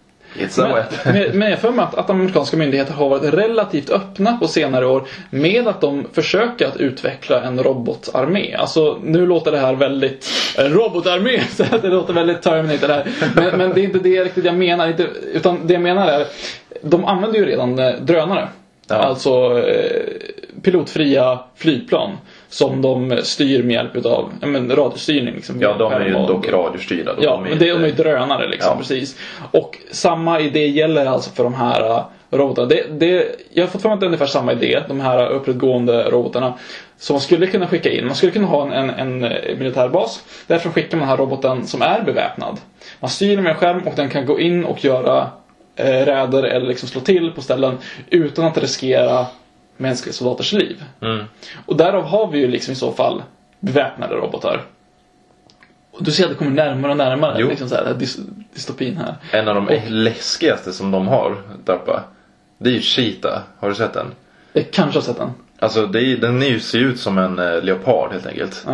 Men jag för mig att amerikanska myndigheter har varit relativt öppna på senare år med att de försöker att utveckla en robotarmé. Alltså nu låter det här väldigt robotarmé, så det låter väldigt Terminator här. Men det är inte det riktigt jag menar, utan det jag menar är de använder ju redan drönare. Ja. Alltså pilotfria flygplan som de styr med hjälp av radiostyrning liksom. Ja, de är ju dock radiostyrda. Ja, men de är ju drönare liksom, precis. Och samma idé gäller alltså för de här robotarna. Jag har fått fram att det är ungefär samma idé, de här upprättgående robotarna som man skulle kunna skicka in. Man skulle kunna ha en militärbas. Därför skickar man den här roboten som är beväpnad. Man styr med en skärm och den kan gå in och göra räder eller liksom slå till på ställen utan att riskera mänskliga soldaters liv. Och därav har vi ju liksom i så fall beväpnade robotar. Och du ser att det kommer närmare och närmare liksom så här, dystopin här. En av de läskigaste som de har DARPA, det är ju Cheetah. Har du sett den? Jag kanske har sett den. Alltså den ser ut som en leopard helt enkelt.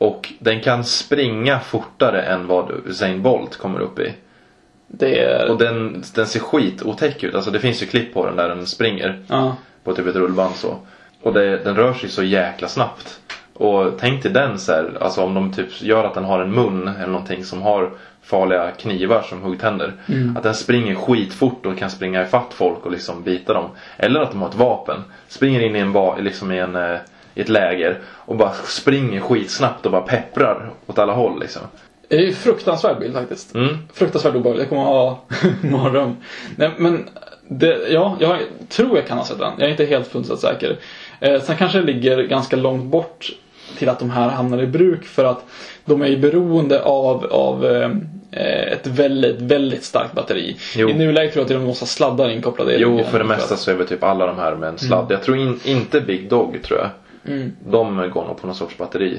Och den kan springa fortare än vad Usain Bolt kommer upp i. Och den ser skitotäck ut. Alltså det finns ju klipp på den där den springer på typ ett rullband så. Och den rör sig så jäkla snabbt. Och tänk till den så här, alltså om de typ gör att den har en mun eller någonting som har farliga knivar som huggtänder. Att den springer skitfort och kan springa ifatt folk och liksom bita dem. Eller att de har ett vapen. Springer in i ett läger och bara springer skitsnabbt och bara pepprar åt alla håll liksom. Det är ju fruktansvärd bild faktiskt. Fruktansvärt obehagligt. Jag kommer att ha mardröm. Nej, men jag tror jag kan ha sett den. Jag är inte helt fullt säker. Sen kanske det ligger ganska långt bort till att de här hamnar i bruk, för att de är ju beroende av ett väldigt, väldigt starkt batteri. Jo. I nuläget tror jag att de måste ha sladdar inkopplade. Jo, för det mesta så är väl typ alla de här med en sladd. Jag tror inte Big Dog, tror jag. De går nog på någon sorts batteri.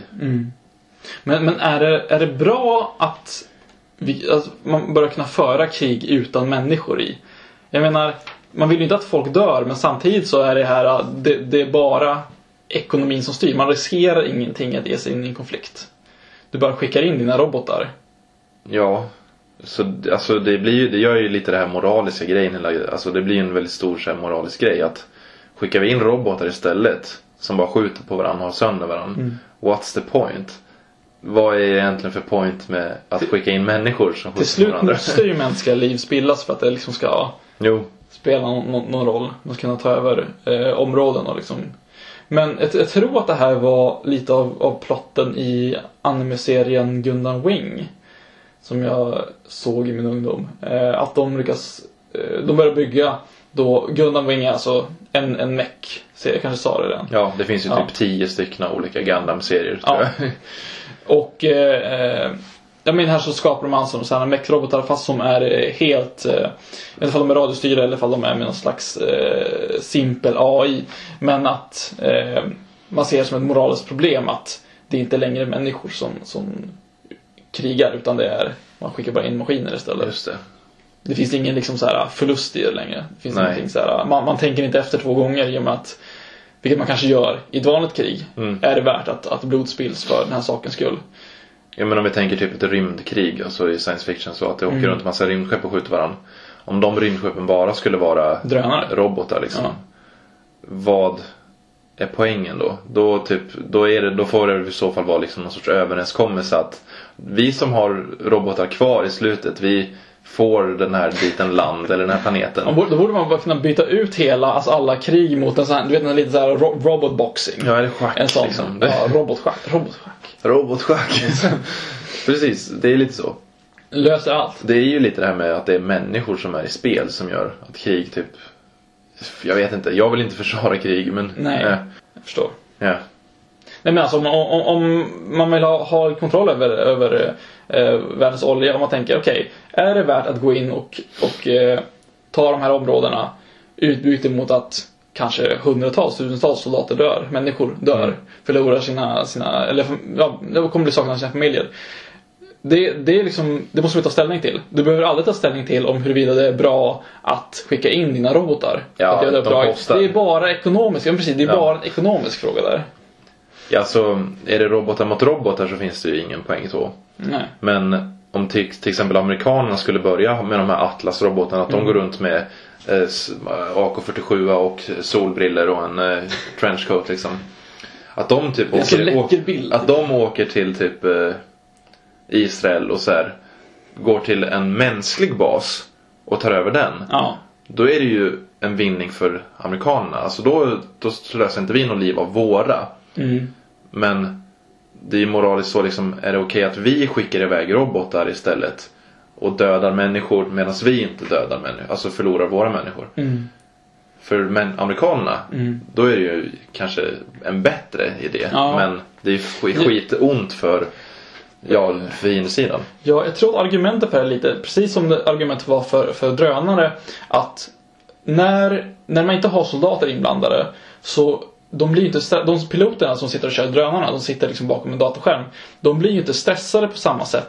Men är det bra att man börjar kunna föra krig utan människor i? Jag menar, man vill ju inte att folk dör, men samtidigt så är det här det är bara ekonomin som styr. Man riskerar ingenting att ge sig in i en konflikt. Du bara skickar in dina robotar. Ja, så alltså det gör ju lite det här moraliska grejen. Alltså det blir en väldigt stor så här moralisk grej att skickar vi in robotar istället som bara skjuter på varandra och har sönder varandra. What's the point? Vad är egentligen för point med att skicka in människor som till slut måste ju mänskliga liv spillas för att det liksom ska spela någon roll. Man ska kunna ta över områden och liksom. Men jag tror att det här var lite av plotten i anime-serien Gundam Wing som jag såg i min ungdom. Att de börjar bygga då Gundam Wing är alltså en mech. Jag kanske sa det redan. Ja, det finns ju typ 10 stycken olika Gundam-serier tror jag. Och jag menar här så skapar de alltså sådana mech-robotar fast som är helt i alla fall de är radiostyrda eller i alla fall de är med någon slags simpel AI. Men att man ser det som ett moraliskt problem att det inte längre är människor som krigar, utan det är man skickar bara in maskiner istället. Just det. Det finns ingen liksom så här förlust i det längre. Det finns ingenting så här, man tänker inte efter 2 gånger i och med att, vilket man kanske gör i ett vanligt krig, är det värt att blod spills för den här sakens skull. Ja, men om vi tänker typ ett rymdkrig, alltså i science fiction, så att det åker runt massa rymdskepp och skjuter varandra. Om de rymdskeppen bara skulle vara drönare, robotar liksom. Vad är poängen då? Då får det i så fall vara liksom någon sorts överenskommelse att vi som har robotar kvar i slutet, vi får den här biten land eller den här planeten. Då borde man bara kunna byta ut alla krig mot en sån här, du vet, en lite så här robotboxing. Ja, eller schack en sån liksom. Robotschack. Precis, det är lite så. Löser allt. Det är ju lite det här med att det är människor som är i spel som gör att krig typ, jag vet inte, jag vill inte försvara krig, men nej, jag förstår. Ja. Nej, men alltså om man vill ha kontroll över världens olja, om man tänker okej, är det värt att gå in och ta de här områdena utbyte mot att kanske hundratals, tusentals soldater dör, människor dör, förlorar sina eller det kommer bli sakna sina familjer. Det är liksom, det måste vi ta ställning till. Du behöver aldrig ta ställning till om huruvida det är bra att skicka in dina robotar. Ja, det är bara ekonomiskt. Ja, precis, det är bara en ekonomisk fråga där. Ja, så är det robotar mot robotar så finns det ju ingen poäng så. Nej. Men om till exempel amerikanerna skulle börja med de här Atlas-robotarna, att de går runt med AK-47 och solbriller och en trenchcoat liksom. Att de typ åker till typ Israel och så här, går till en mänsklig bas och tar över den. Ja. Då är det ju en vinning för amerikanerna. Alltså då slösar inte vi någon liv av våra. Men det är ju moraliskt så liksom, är det okej att vi skickar iväg robotar istället och dödar människor medan vi inte dödar människor, alltså förlorar våra människor. För amerikanerna, då är det ju kanske en bättre idé. Men det är ju skitont för insidan. Ja, jag tror att argumentet för det är lite precis som det argumentet var för drönare, att när man inte har soldater inblandade, så de blir inte de piloterna som sitter och kör drönarna, de sitter liksom bakom en datorskärm. De blir ju inte stressade på samma sätt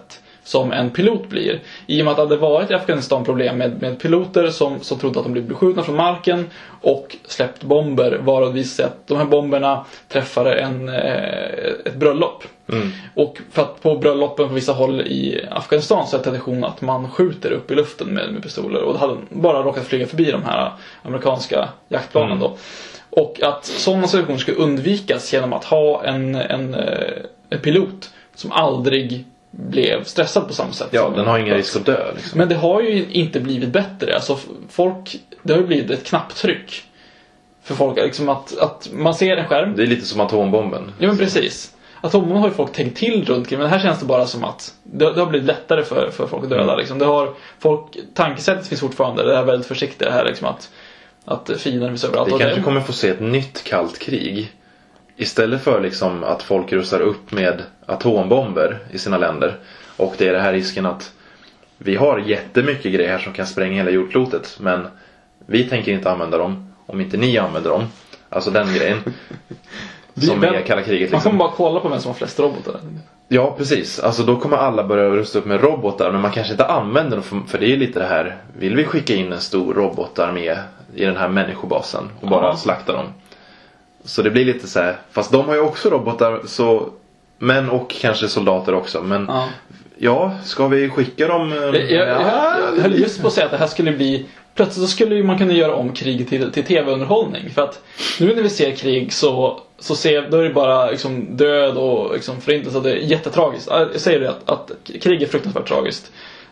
som en pilot blir. I och med att det hade varit i Afghanistan problem med piloter som trodde att de blev beskjutna från marken och släppt bomber, varav visade sig att de här bomberna träffade ett bröllop. Och för att på bröllopen på vissa håll i Afghanistan så är tradition att man skjuter upp i luften med pistoler, och det hade bara råkat flyga förbi de här amerikanska jaktplanen då. Och att sådana situationer ska undvikas genom att ha en pilot som aldrig blev stressad på samma sätt. Ja, den har ingen risk att dö liksom. Men det har ju inte blivit bättre. Alltså det har ju blivit ett knapptryck för folk liksom att man ser en skärm. Det är lite som atombomben. Ja, men precis. Atombomben har ju folk tänkt till runt kring, men här känns det bara som att det har blivit lättare för folk att döda liksom. Det har tankesättet finns fortfarande. Det är väldigt försiktigt här liksom, att fienden finns överallt. Vi kanske kommer få se ett nytt kallt krig. Istället för liksom att folk rustar upp med atombomber i sina länder. Och det är det här risken att vi har jättemycket grejer som kan spränga hela jordklotet, men vi tänker inte använda dem om inte ni använder dem. Alltså den grejen. Som är kalla kriget liksom. Man kommer bara kolla på vem som har flest robotar. Ja, precis. Alltså då kommer alla börja rusta upp med robotar, men man kanske inte använder dem för det är lite det här. Vill vi skicka in en stor robotarmé i den här människobasen och bara slakta dem? Så det blir lite så här, fast de har ju också robotar, så män och kanske soldater också, men ja, ska vi skicka dem? Jag höll just på att säga att det här skulle bli, plötsligt så skulle man kunna göra om krig till tv-underhållning, för att nu när vi ser krig så då är det bara liksom död och liksom förintelse, det är jättetragiskt. Jag säger det att krig är fruktansvärt tragiskt.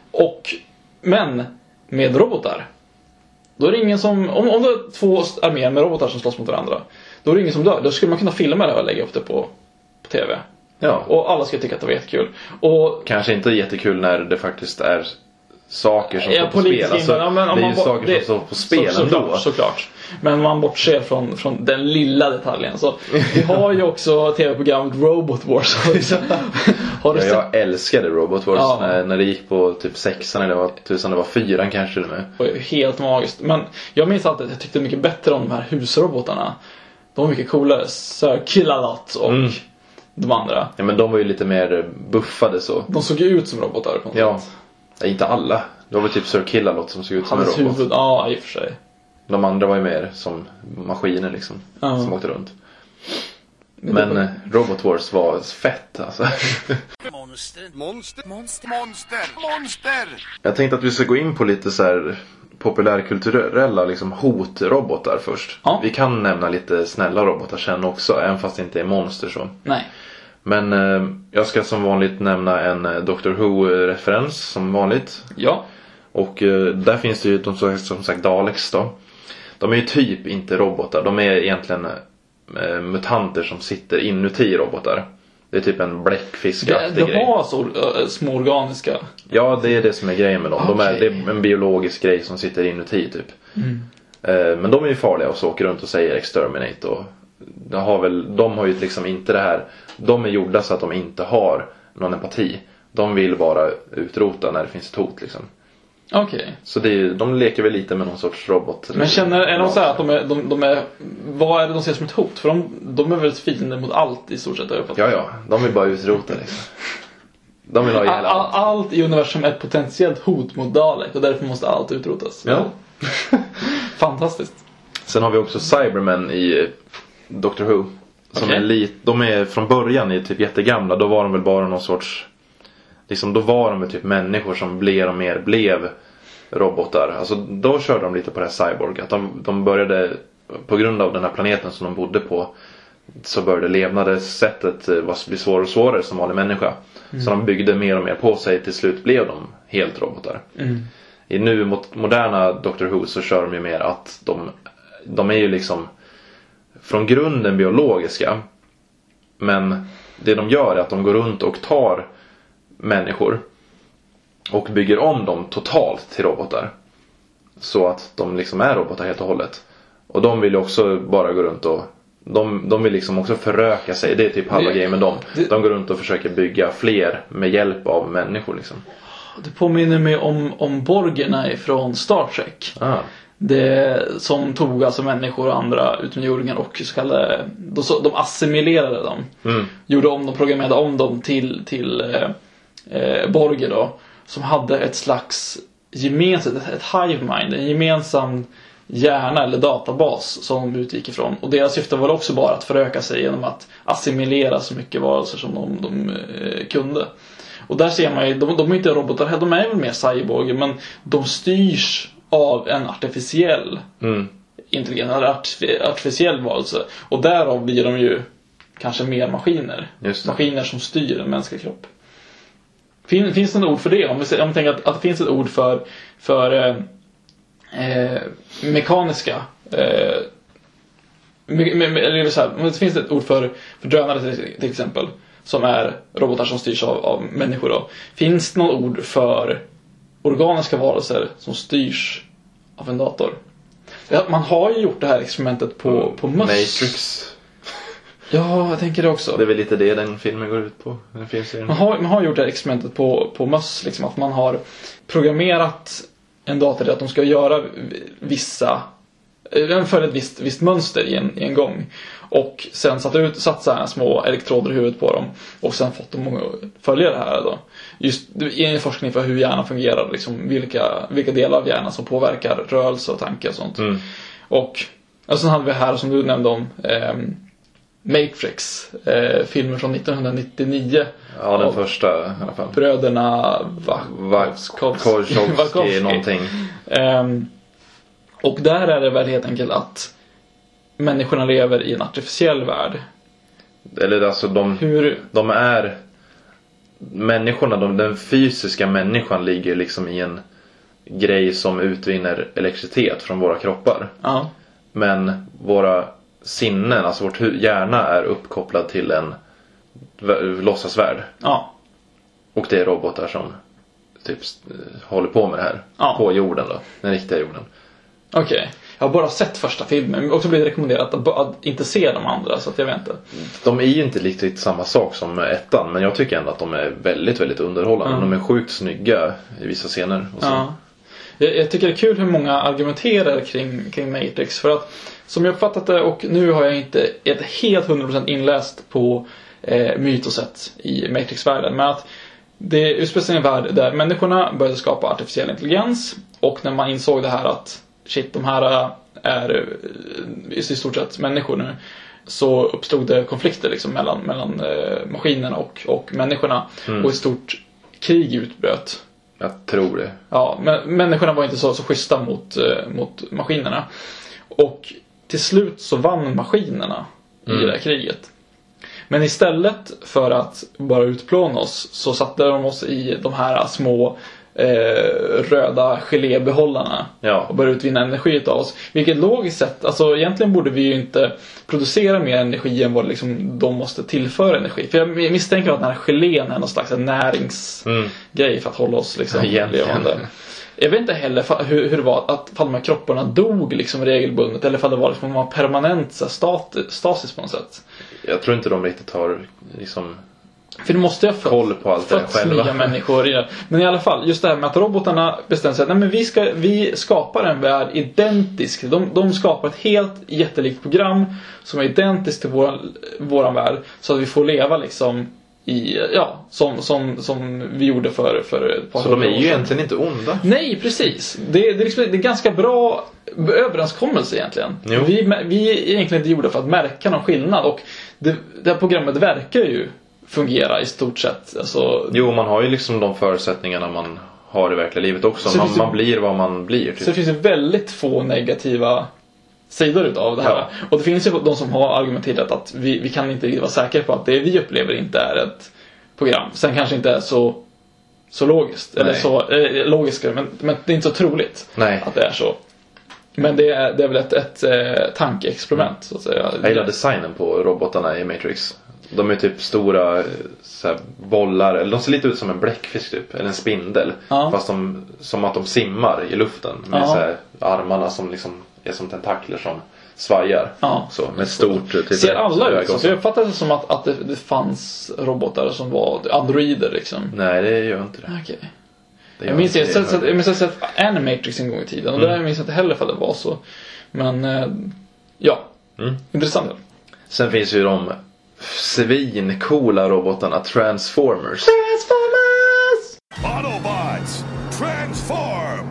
Men med robotar, då är det ingen som, om det är två arméer med robotar som slåss mot varandra, då är det ingen som dör. Då skulle man kunna filma det och lägga upp det på tv. Ja. Och alla skulle tycka att det var jättekul. Och kanske inte jättekul när det faktiskt är saker som står på spel. Alltså, det är ju saker som står på spel ändå. Såklart. Men man bortser från den lilla detaljen. Så vi har ju också tv-programmet Robot Wars. Har du jag älskade Robot Wars när det gick på typ 6an eller det var 4 kanske med. Det var helt magiskt. Men jag minns alltid att jag tyckte mycket bättre om de här husrobotarna. De var mycket coolare. Sir Kill-A-Lot och de andra. Ja, men de var ju lite mer buffade så. De såg ju ut som robotar på något sätt. Inte alla. Det var väl typ Sir Kill-A-Lot som såg ut som en robot. Huvud, ja, i och för sig. De andra var ju mer som maskiner liksom, som åkte runt. Men Robot Wars var fett alltså. Monster! Jag tänkte att vi ska gå in på lite så här populärkulturella liksom hotrobotar först. Ja. Vi kan nämna lite snälla robotar sen också, även fast det inte är monster så. Nej. Men jag ska som vanligt nämna en Doctor Who-referens som vanligt. Ja. Och där finns det ju som sagt Daleks då. De är ju typ inte robotar. De är egentligen mutanter som sitter inuti robotar. Det är typ en bläckfiskaktig grej. Det har så små organiska. Ja, det är det som är grejen med dem. Det är en biologisk grej som sitter inuti typ. Men de är ju farliga och så åker runt och säger exterminate. Och de har ju liksom inte det här. De är gjorda så att de inte har någon empati. De vill bara utrota när det finns ett hot liksom. Okej. Så de leker väl lite med någon sorts robot. Men är de så här att de är vad är det de ser som ett hot? För de är väl fiender mot allt i stort sett. Ja, de vill bara utrota liksom. De vill ha ihjäl allt i universum är ett potentiellt hot mot Dalek, och därför måste allt utrotas. Ja. Fantastiskt. Sen har vi också Cybermen i Doctor Who. Som de är från början är typ jättegamla. Då var de väl bara någon sorts liksom, då var de väl typ människor som mer och mer blev robotar. Alltså då körde de lite på det här cyborg. Att de började, på grund av den här planeten som de bodde på, så började levnadssättet bli svårare och svårare som vanlig människa. Så de byggde mer och mer på sig. Till slut blev de helt robotar. I nu mot moderna Doctor Who så kör de ju mer att de är ju liksom från grunden biologiska. Men det de gör är att de går runt och tar människor och bygger om dem totalt till robotar. Så att de liksom är robotar helt och hållet. Och de vill ju också bara gå runt och de vill liksom också föröka sig. Det är typ halva grejen med dem. De går runt och försöker bygga fler med hjälp av människor liksom. Det påminner mig om Borgerna från Star Trek. Det som tog alltså människor och andra utomjordingar och så kallade, de assimilerade dem. Gjorde om dem, programmerade om dem till Borger då, som hade ett slags gemensamt, ett hive mind, en gemensam hjärna eller databas som de utgick ifrån. Och deras syfte var också bara att föröka sig genom att assimilera så mycket varelser som de kunde. Och där ser man ju, de är inte robotar, de är väl mer cyborger, men de styrs av en artificiell intelligens, eller artificiell varelse. Och därav blir de ju kanske mer maskiner. Maskiner som styr en mänsklig kropp. Finns det något ord för det? Om vi tänker att det finns ett ord för mekaniska eller så här, om det finns ett ord för drönare till exempel, som är robotar som styrs av människor då. Finns det något ord för organiska varelser som styrs av en dator? Man har ju gjort det här experimentet på möss. Matrix. Ja, jag tänker det också. Det är väl lite det den filmen går ut på. Man har gjort det här experimentet på möss, liksom, att man har programmerat en dator att de ska göra för ett visst mönster i en gång. Och sen satt så här små elektroder i huvudet på dem. Och sen fått dem att följa det här då. Just i en forskning för hur hjärnan fungerar. Liksom vilka delar av hjärnan som påverkar rörelse och tanke och sånt. Och sen hade vi här, som du nämnde om, Matrix. Filmen från 1999. Ja, den första i alla fall. Bröderna Wachowski någonting. Och där är det väl helt enkelt att människorna lever i en artificiell värld. Eller alltså de är människorna, den fysiska människan ligger liksom i en grej som utvinner elektricitet från våra kroppar. Ja. Men våra sinnen, alltså vårt hjärna är uppkopplad till en låtsasvärld. Ja. Och det är robotar som typ håller på med det här på jorden då, den riktiga jorden. Okej. Jag har bara sett första filmen, men också blivit rekommenderat att inte se de andra, så att jag vet inte. De är ju inte riktigt samma sak som ettan, men jag tycker ändå att de är väldigt, väldigt underhållande. De är sjukt snygga i vissa scener. Och så. Ja. Jag tycker det är kul hur många argumenterar kring Matrix, för att som jag uppfattat det, och nu har jag inte ett helt 100% inläst på mytoset i Matrix-världen, men att det utspelar sig en värld där människorna började skapa artificiell intelligens, och när man insåg det här att shit, de här är i stort sett människor nu, så uppstod det konflikter liksom mellan maskinerna och människorna, och ett stort krig utbröt. Jag tror det. Ja, men människorna var inte så schyssta mot maskinerna. Och till slut så vann maskinerna i det här kriget. Men istället för att bara utplåna oss, så satte de oss i de här små röda gelébehållarna och började utvinna energi av oss. Vilket logiskt sett, alltså egentligen borde vi ju inte producera mer energi än vad liksom de måste tillföra energi. För jag misstänker att den här gelén är någon slags näringsgrej för att hålla oss liksom levande. Jag vet inte heller hur det var att de här kropparna dog liksom regelbundet, eller om det var liksom permanent stasis på något sätt. Jag tror inte de riktigt har liksom... För det måste jag koll på allt det själva. Nya människor i det. Men i alla fall, just det här med att robotarna bestämmer sig att nej, men vi skapar en värld identisk. De skapar ett helt jättelikt program som är identiskt till våran värld, så att vi får leva liksom i, som vi gjorde för ett par år. Så de är ju egentligen inte onda. Nej, precis. Det är ganska bra överenskommelse egentligen. Vi är egentligen inte gjorda för att märka någon skillnad, och det här programmet verkar ju fungera i stort sett. Alltså, jo, man har ju liksom de förutsättningarna man har i verkliga livet också. Man blir vad man blir. Typ. Så det finns ju väldigt få negativa sidor utav det här. Ja. Och det finns ju de som har argumenterat att vi kan inte vara säkra på att det vi upplever inte är ett program. Sen kanske inte är så logiskt. Eller så logiskt, men det är inte så troligt att det är så. Men det är väl ett tankeexperiment, så att säga. Jag gillar designen på robotarna i Matrix. De är typ stora så här, bollar, eller de ser lite ut som en bläckfisk typ, eller en spindel. Fast som att de simmar i luften med så här, armarna som liksom är som tentakler som svajar. Så, med stort typ, ser alla ut så? Jag uppfattar det som att det fanns robotar som var androider liksom. Nej, det gör inte det. Okej. Jag minns att jag sett Animatrix en gång i tiden, och där minns jag inte heller för att det var så. Men intressant. Sen finns ju de svincoola robotarna Transformers. Autobots, transform!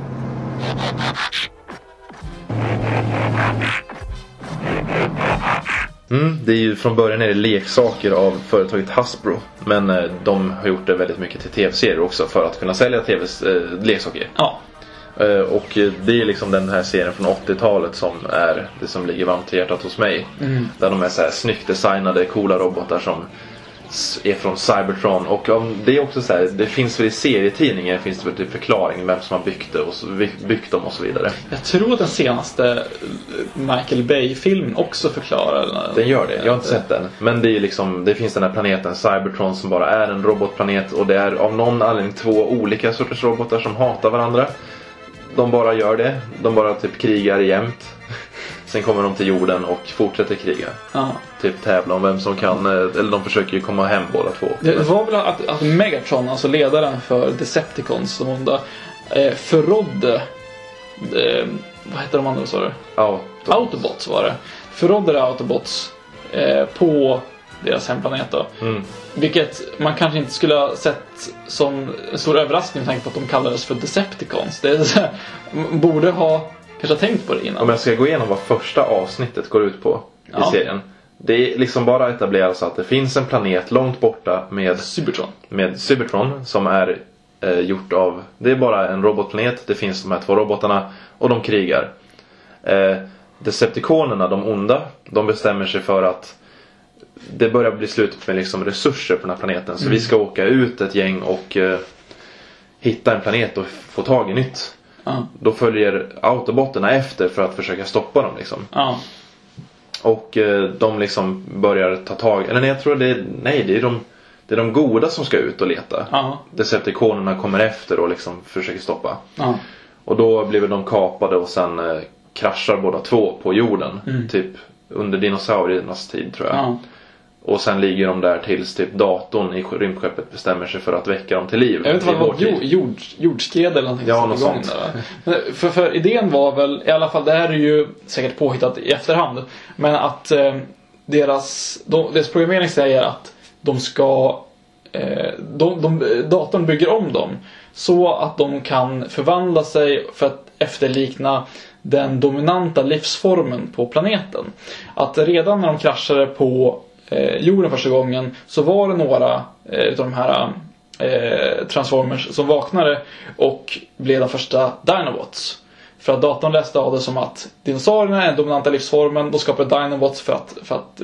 Det är ju från början är det leksaker av företaget Hasbro. Men de har gjort det väldigt mycket till tv-serier också för att kunna sälja leksaker. Ja. Och det är liksom den här serien från 80-talet som är det som ligger varmt i hjärtat hos mig. Där de är så här snyggt designade, coola robotar som är från Cybertron. Och det är också så här, det finns väl i serietidningar finns det väl förklaring vem som har byggt dem och så vidare. Jag tror att den senaste Michael Bay-filmen också förklarar. Den gör det, jag har inte sett den. Men det är liksom, det finns den här planeten Cybertron som bara är en robotplanet. Och det är av någon anledning 2 olika sorters robotar som hatar varandra. De bara gör det, de bara typ krigar jämt. Sen kommer de till jorden och fortsätter kriga. Typ tävla om vem som kan. Eller de försöker ju komma hem båda två. Det var väl att Megatron, alltså ledaren för Decepticons, som onda, förrådde vad heter de andra, sa du? Autobots var det. Förrådde Autobots på deras hemplanet då. Vilket man kanske inte skulle ha sett som en stor överraskning med tanke på att de kallades för Decepticons. Det är så här, man borde ha kanske tänkt på det innan. Om jag ska gå igenom vad första avsnittet går ut på i serien. Det är liksom bara etablerat så att det finns en planet långt borta med Cybertron som är gjort av, det är bara en robotplanet. Det finns de här 2 robotarna och de krigar. Decepticonerna, de onda, de bestämmer sig för att det börjar bli slut med liksom resurser på den här planeten. Så vi ska åka ut ett gäng och hitta en planet och få tag i nytt. Då följer autobotterna efter för att försöka stoppa dem liksom. Och de liksom börjar ta tag, eller nej, jag tror det är de goda som ska ut och leta. Decepticonerna kommer efter och liksom försöker stoppa. Och då blir de kapade och sen kraschar båda 2 på jorden. Typ under dinosauriernas tid tror jag. Och sen ligger de där tills typ datorn i rymdskeppet bestämmer sig för att väcka dem till liv. Jag vet inte vad det var, jordskred eller någonting. Ja, något sånt. För idén var väl, i alla fall, det här är ju säkert påhittat i efterhand, men att deras programmering säger att de ska datorn bygger om dem så att de kan förvandla sig för att efterlikna den dominanta livsformen på planeten. Att redan när de kraschade på jorden första gången så var det några utav de här Transformers som vaknade och blev de första Dinobots. För att datorn läste av det som att dinosaurierna är den dominanta livsformen, då skapade Dinobots för att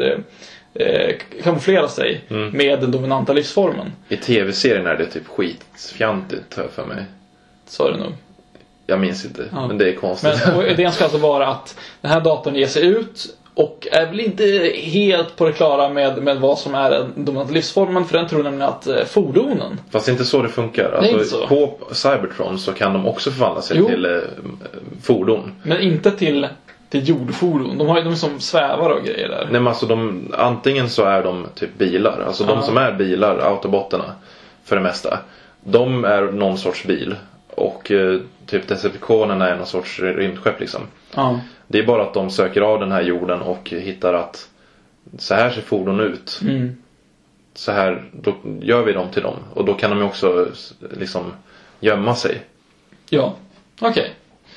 kamouflera sig med den dominanta livsformen. I tv-serien är det typ skitfjantigt för mig. Så är det nog. Jag minns inte, men det är konstigt. Men idén ska alltså vara att den här datorn ger sig ut och är väl inte helt på det klara med vad som är den dominanta livsformen, för den tror nämligen att fordonen. Fast det är inte så det funkar. Alltså, på Cybertron så kan de också förvandla sig till fordon. Men inte till jordfordon. De är som svävar och grejer där. Nej, men alltså antingen så är de typ bilar. Alltså de som är bilar, autobotterna för det mesta. De är någon sorts bil. Och typ Decepticonerna är någon sorts rymdskepp liksom. Det är bara att de söker av den här jorden och hittar att så här ser fordon ut. Så här, då gör vi dem till dem. Och då kan de ju också liksom gömma sig. Ja, okej.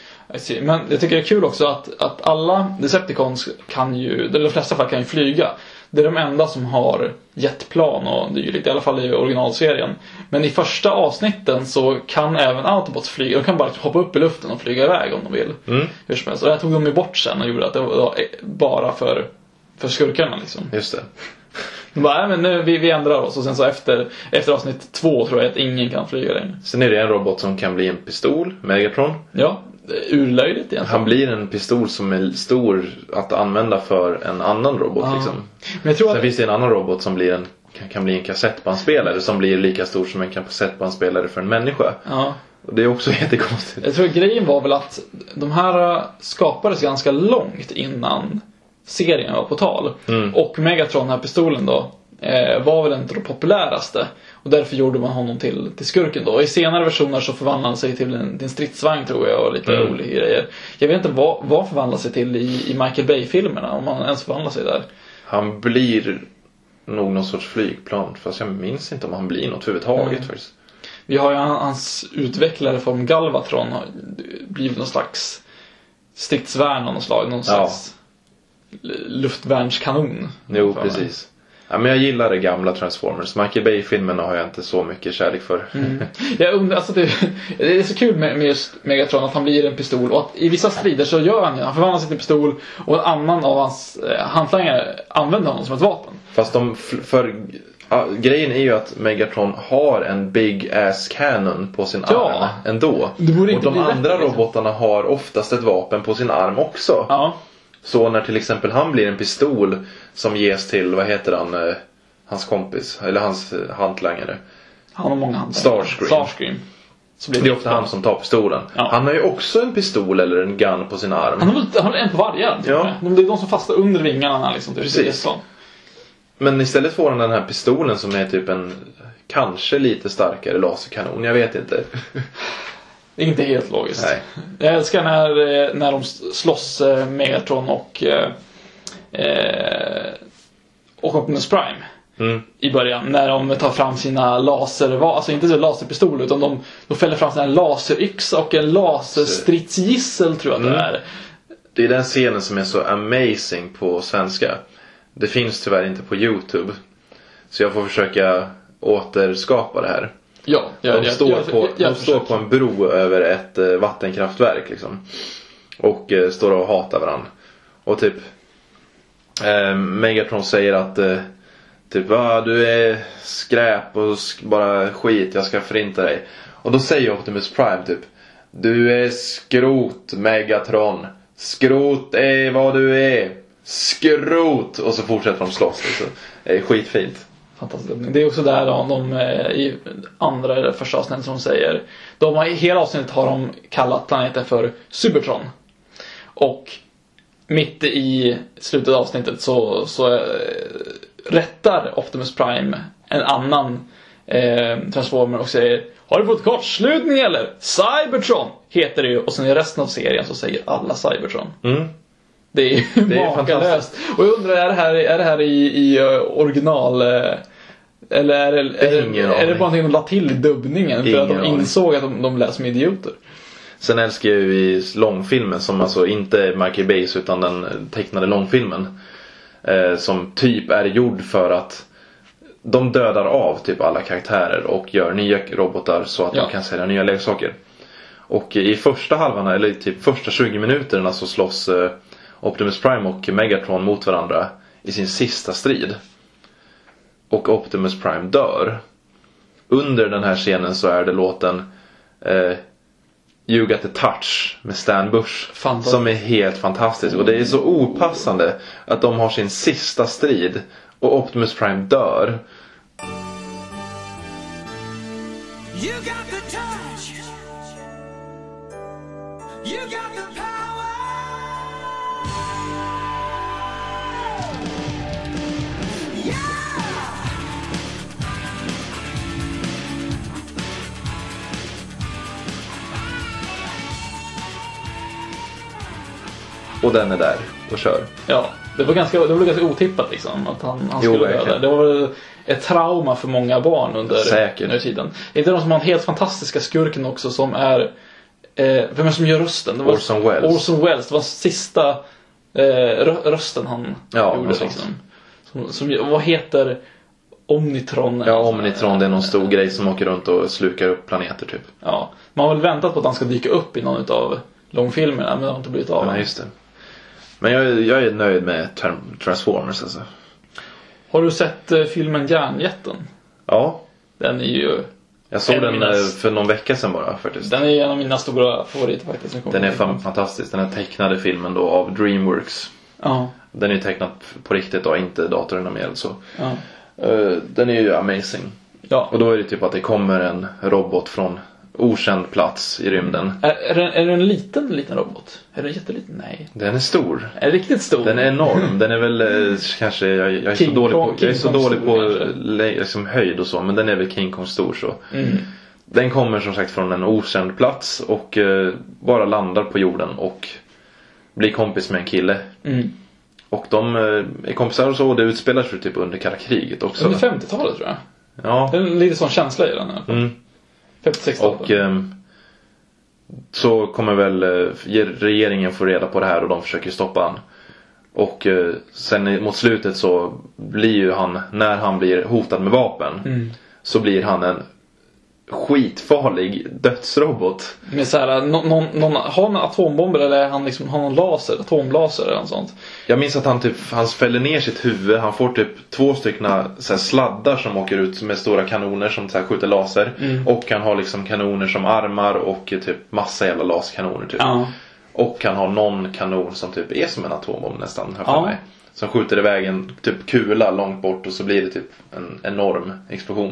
Men jag tycker det är kul också att alla Decepticons kan ju, eller de flesta fall kan ju flyga. Det är de enda som har jetplan och det är ju lite, i alla fall i originalserien. Men i första avsnitten så kan även Autobots flyga. De kan bara hoppa upp i luften och flyga iväg om de vill. Hur som helst. Och jag tog dem ju bort sen och gjorde att det var bara för skurkarna liksom. Just det. De bara, men nu vi ändrar oss. Och sen så efter avsnitt 2 tror jag att ingen kan flyga längre. Sen är det en robot som kan bli en pistol, Megatron. Ja, urlöjligt egentligen. Han blir en pistol som är stor att använda för en annan robot liksom. Men jag tror sen finns det en annan robot som kan bli en kassettbandspelare som blir lika stor som en kassettbandspelare för en människa. Och det är också jättekonstigt. Jag tror att grejen var väl att de här skapades ganska långt innan serien var på tal. Och Megatron, den här pistolen då, var väl inte det populäraste. Och därför gjorde man honom till skurken då. Och i senare versioner så förvandlade han sig till en stridsvagn tror jag. Och lite olika grejer. Jag vet inte vad förvandlar sig till i Michael Bay-filmerna. Om man ens förvandlar sig där. Han blir nog någon sorts flygplan. Fast jag minns inte om han blir något överhuvudtaget faktiskt. Vi har ju hans utvecklare från Galvatron har blivit någon slags stridsvärn av något slag, någon slags luftvärnskanon. Jo, precis. Ja, men jag gillar det gamla Transformers. Michael Bay-filmerna har jag inte så mycket kärlek för. Jag undrar, alltså det är så kul med just Megatron att han blir en pistol. Och att i vissa strider så gör han förvandlar sig till en pistol. Och en annan av hans hantlangare använder honom som ett vapen. Fast grejen är ju att Megatron har en big ass cannon på sin arm ändå. Och de andra robotarna har oftast ett vapen på sin arm också. Ja. Så när till exempel han blir en pistol som ges till, vad heter han, hans kompis, eller hans hantlangare. Han har många hantlangare. Starscream. Så blir det är ofta han som tar pistolen. Ja. Han har ju också en pistol eller en gun på sin arm. Han har en på varje. Ja. Det är de som fastnar under vingarna liksom. Precis. Men istället får han den här pistolen som är typ en kanske lite starkare laserkanon. Jag vet inte. Det är inte helt logiskt. Nej. Jag älskar när de slåss Megatron och Optimus Prime i början. När de tar fram sina alltså inte så laserpistoler utan de fäller fram sina laseryxa och en laserstridsgissel tror jag det är. Det är den scenen som är så amazing på svenska. Det finns tyvärr inte på YouTube. Så jag får försöka återskapa det här. Ja, de står på en bro över ett vattenkraftverk liksom. Och står och hatar varandra. Och typ Megatron säger att typ du är skräp och bara skit, jag ska förinta dig. Och då säger Optimus Prime typ: du är skrot, Megatron. Skrot är vad du är. Skrot. Och så fortsätter de slåss liksom. Det är skitfint. Fantastiskt. Det är också där de i andra eller första avsnittet som säger, i hela avsnittet har de kallat planeten för Cybertron. Och mitt i slutet av avsnittet så rättar Optimus Prime en annan Transformer och säger: har du fått kortslutning eller? Cybertron heter det ju. Och sen i resten av serien så säger alla Cybertron. Det är makalöst. Och jag undrar, är det här i original eller är det bara någonting de la till i dubbningen för att de insåg att de lät som idioter? Sen älskar jag ju i långfilmen som alltså inte är Michael Bays utan den tecknade långfilmen som typ är gjord för att de dödar av typ alla karaktärer och gör nya robotar så att de kan sälja nya leksaker. Och i första halvan eller typ första 20 minuterna så slåss Optimus Prime och Megatron mot varandra i sin sista strid. Och Optimus Prime dör. Under den här scenen så är det låten You Got The Touch med Stan Bush. Som är helt fantastisk. Och det är så opassande att de har sin sista strid och Optimus Prime dör. You got the touch. You got the power. Och den är där och kör. Ja, det var ganska otippat liksom att han skulle döda. Det var väl ett trauma för många barn under tiden. Det är inte de som har en helt fantastiska skurken också som är vem är det som gör rösten? Det var Orson Welles. Det var sista rösten han gjorde liksom. Som vad heter Omnitron? Ja, Omnitron, det är någon stor grej som åker runt och slukar upp planeter typ. Ja, man har väl väntat på att han ska dyka upp i någon av långfilmerna, men det har inte blivit av. Ja, just det. Men jag är nöjd med Transformers alltså. Har du sett filmen Järnjätten? Ja. Den är ju... Jag såg den för någon vecka sedan bara faktiskt. Den är en av mina stora favoriter faktiskt. Den är fantastisk. Den är tecknade filmen då av DreamWorks. Ja. Den är tecknad på riktigt och inte datorn med så. Ja. Den är ju amazing. Ja. Och då är det typ att det kommer en robot från okänd plats i rymden. Är det en liten robot? Är det jätteliten? Nej. Den är stor. Är riktigt stor? Den är enorm. Den är väl kanske jag är så dålig på liksom höjd och så, men den är väl King Kong stor så. Den kommer som sagt från en okänd plats och bara landar på jorden och blir kompis med en kille. Och de är kompisar och så, och det utspelar sig typ under kalla kriget också. Under 50-talet tror jag. Ja. Det är lite sån känsla i den här. 56-talet. Och så kommer väl regeringen få reda på det här och de försöker stoppa han. Och sen mot slutet så blir ju han, när han blir hotad med vapen, så blir han en skitfarlig dödsrobot. Med så här, har han atombomber eller han liksom har någon atomblaser eller något sånt. Jag minns att han fäller ner sitt huvud. Han får typ 2 stycken så här sladdar som åker ut med stora kanoner som så här skjuter laser. Och han har liksom kanoner som armar och typ massa jävla laskanoner typ. Och han har någon kanon som typ är som en atombomb nästan, för mig. Som skjuter iväg en typ kula långt bort och så blir det typ en enorm explosion.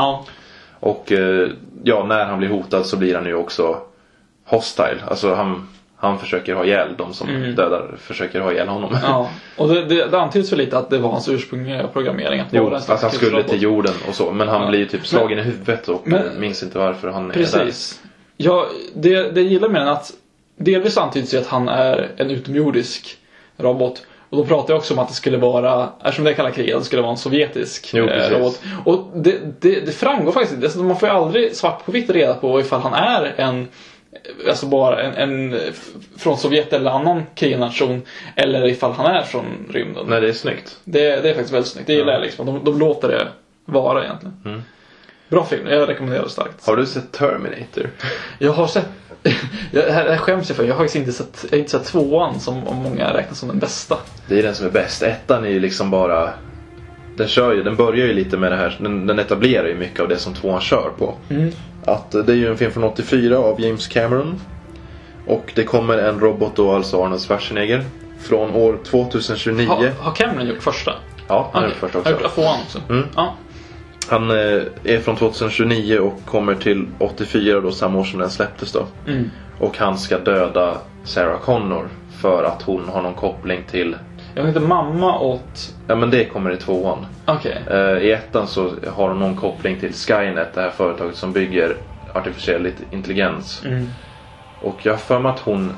Och när han blir hotad så blir han ju också hostile. Alltså han försöker ha ihjäl de som dödar, försöker ha ihjäl honom. Och det antyds väl lite att det var hans ursprungliga programmering. Att han skulle till jorden och så. Men han blir typ slagen i huvudet och minns inte varför han är precis. Där. Ja, det gillar med den att delvis antyds ju att han är en utomjordisk robot. Och då pratar jag också om att det skulle vara, eftersom det kallar kriget, det skulle vara en sovjetisk robot. Och det framgår faktiskt inte. Man får ju aldrig svart på vitt reda på ifall han är alltså bara en från Sovjet eller annan krignation, eller ifall han är från rymden. Nej, det är snyggt. Det är faktiskt väldigt snyggt. Det gillar jag liksom. De låter det vara egentligen. Bra film, jag rekommenderar det starkt. Har du sett Terminator? Jag har sett. Jag skäms jag för. Jag har inte sett 2:an som många räknar som den bästa. Det är den som är bäst. 1:an är ju liksom bara, den börjar ju lite med det här. Den etablerar ju mycket av det som 2:an kör på. Att det är ju en film från 84 av James Cameron. Och det kommer en robot då, alltså Arnold Schwarzenegger, från år 2029. Har Cameron gjort första? Ja, han har gjort första också. Har gjort 2:an också? Ja. Han är från 2029 och kommer till 84 då, samma år som den släpptes då. Och han ska döda Sarah Connor för att hon har någon koppling till... Jag vet inte, mamma åt... Ja, men det kommer i 2:an. Okej. I 1:an så har hon någon koppling till Skynet, det här företaget som bygger artificiell intelligens. Och jag har för mig att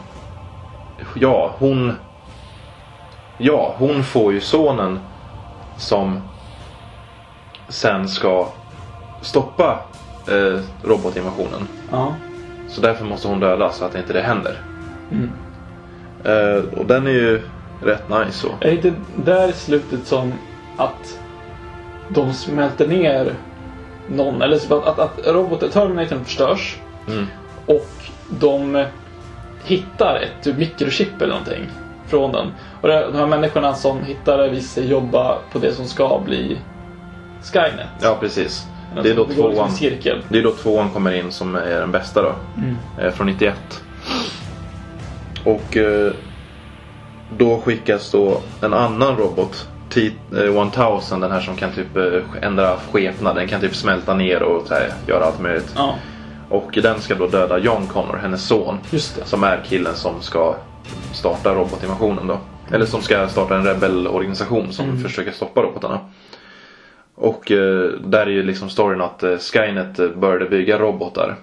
hon får ju sonen som sen ska stoppa robotinvasionen. Så därför måste hon dödas så att inte det händer. Och den är ju rätt nice så. Är det inte där i slutet som att de smälter ner någon, eller så att roboten, Terminatorn förstörs och de hittar ett mikrochip eller någonting från den. Och de här människorna som hittar det visar sig jobba på det som ska bli Skynet. Ja, precis. Det är då 2:an. Det är då 2:an kommer in som är den bästa då. Från 91. Och då skickas då en annan robot, T-1000, den här som kan typ ändra skepnad. Den kan typ smälta ner och så här, göra allt möjligt. Och den ska då döda John Connor, hennes son. Just det. Som är killen som ska starta robotinvasionen då. Eller som ska starta en rebellorganisation som försöker stoppa robotarna. Och där är ju liksom storyn att Skynet började bygga robotar.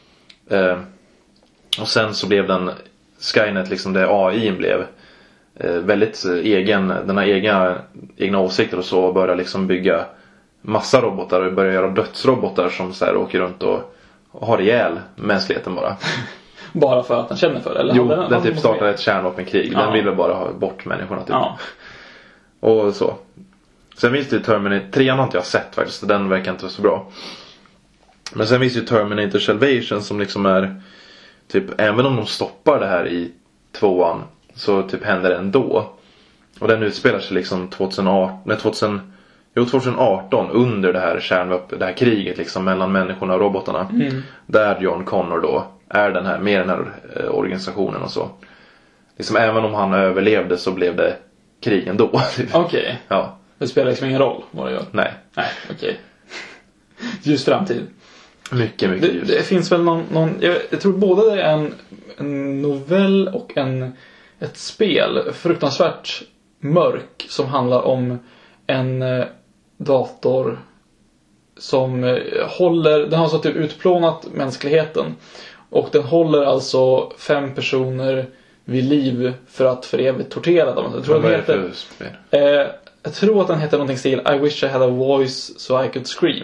Och sen så blev Skynet liksom det AI blev väldigt den har egna åsikter och så, började liksom bygga massa robotar och börja göra dödsrobotar som så här åker runt och har ihjäl mänskligheten bara. Bara för att den känner för det? Eller jo, den typ startar ett kärnvapenkrig. Den vill väl bara ha bort människorna typ. Och så. Sen finns det ju Terminator 3 har inte jag sett faktiskt. Den verkar inte vara så bra. Men sen finns ju Terminator Salvation som liksom är typ, även om de stoppar det här i 2:an så typ händer det ändå. Och den utspelar sig liksom 2018 under det här kriget liksom mellan människorna och robotarna. Där John Connor då är den här organisationen och så. Liksom även om han överlevde så blev det krig ändå. Okej. Ja. Det spelar liksom ingen roll vad det gör. Nej, okej. Ljus framtid. Mycket ljus. Det finns väl någon jag tror både det är en novell och ett spel, fruktansvärt mörk, som handlar om en dator som den har så typ utplånat mänskligheten, och den håller alltså 5 personer vid liv för att för evigt tortera dem. Jag tror att den heter någonting stil I wish I had a voice so I could scream.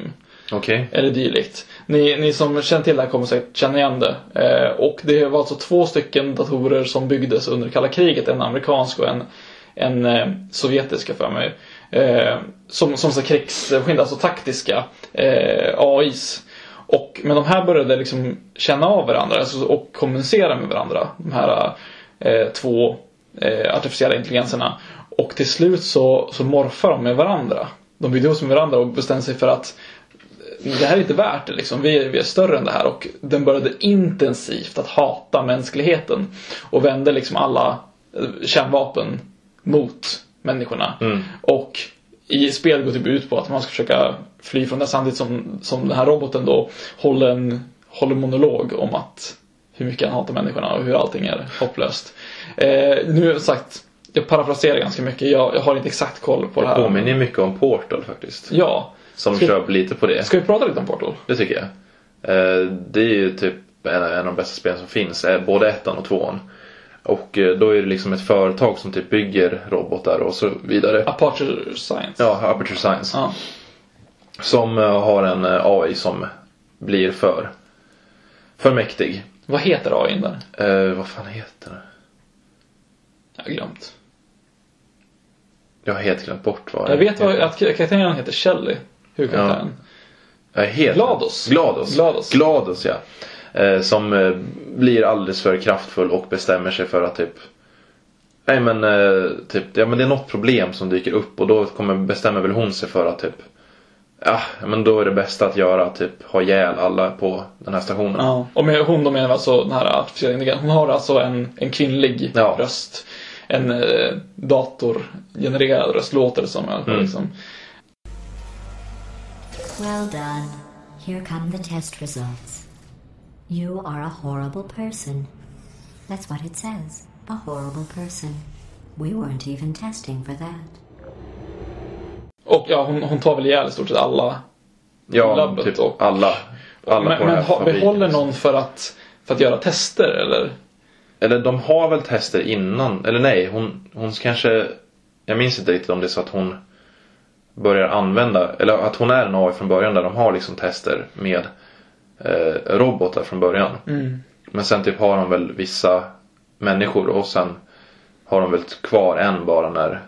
Okej. Eller dylikt. Ni som känner till det här kommer säkert känna igen det. Och det var alltså 2 stycken datorer som byggdes under kalla kriget. En amerikansk och en sovjetiska för mig. Som så krigsskilda, alltså taktiska AIs. Men de här började liksom känna av varandra alltså, och kommunicera med varandra. De här 2 artificiella intelligenserna. Och till slut så morfar de med varandra. De byggde ihop med varandra och bestämde sig för att det här är inte värt det liksom. Vi är större än det här. Och den började intensivt att hata mänskligheten. Och vände liksom alla kärnvapen mot människorna. Och i spel går typ ut på att man ska försöka fly från det samtidigt som den här roboten då håller monolog om att hur mycket han hatar människorna och hur allting är hopplöst. Nu sagt, jag parafraserar ganska mycket. Jag har inte exakt koll på det här. Det påminner mycket om Portal faktiskt. Ja. Som kör lite på det. Ska vi prata lite om Portal? Det tycker jag. Det är ju typ en av de bästa spelen som finns. Både 1 och 2. Och då är det liksom ett företag som typ bygger robotar och så vidare. Aperture Science. Ja, Aperture Science. Ja. Som har en AI som blir för mäktig. Vad heter AI där? Vad fan heter det? Jag har glömt. Jag har helt glömt bort vad jag vet att karaktären heter Shelley. Huvudkaraktären. GLaDOS, ja. Som blir alldeles för kraftfull och bestämmer sig för att typ det är något problem som dyker upp och då bestämmer väl hon sig för att typ men då är det bästa att göra typ ha ihjäl alla på den här stationen. Ja. Och med hon då menar alltså den här artificiella intelligensen. Hon har alltså en kvinnlig röst. En datorgenererad röst låter det som liksom. Well done. Here come the test results. You are a horrible person. That's what it says. A horrible person. We weren't even testing for that. Och hon tar väl ihjäl i stort sett alla i labbet. Typ och alla men behåller någon för att göra tester eller? Eller de har väl tester innan. Eller nej, hon kanske, jag minns inte riktigt om det är så att hon börjar använda, eller att hon är en AI från början där de har liksom tester med robotar från början. Men sen typ har de väl vissa människor och sen har de väl kvar en bara när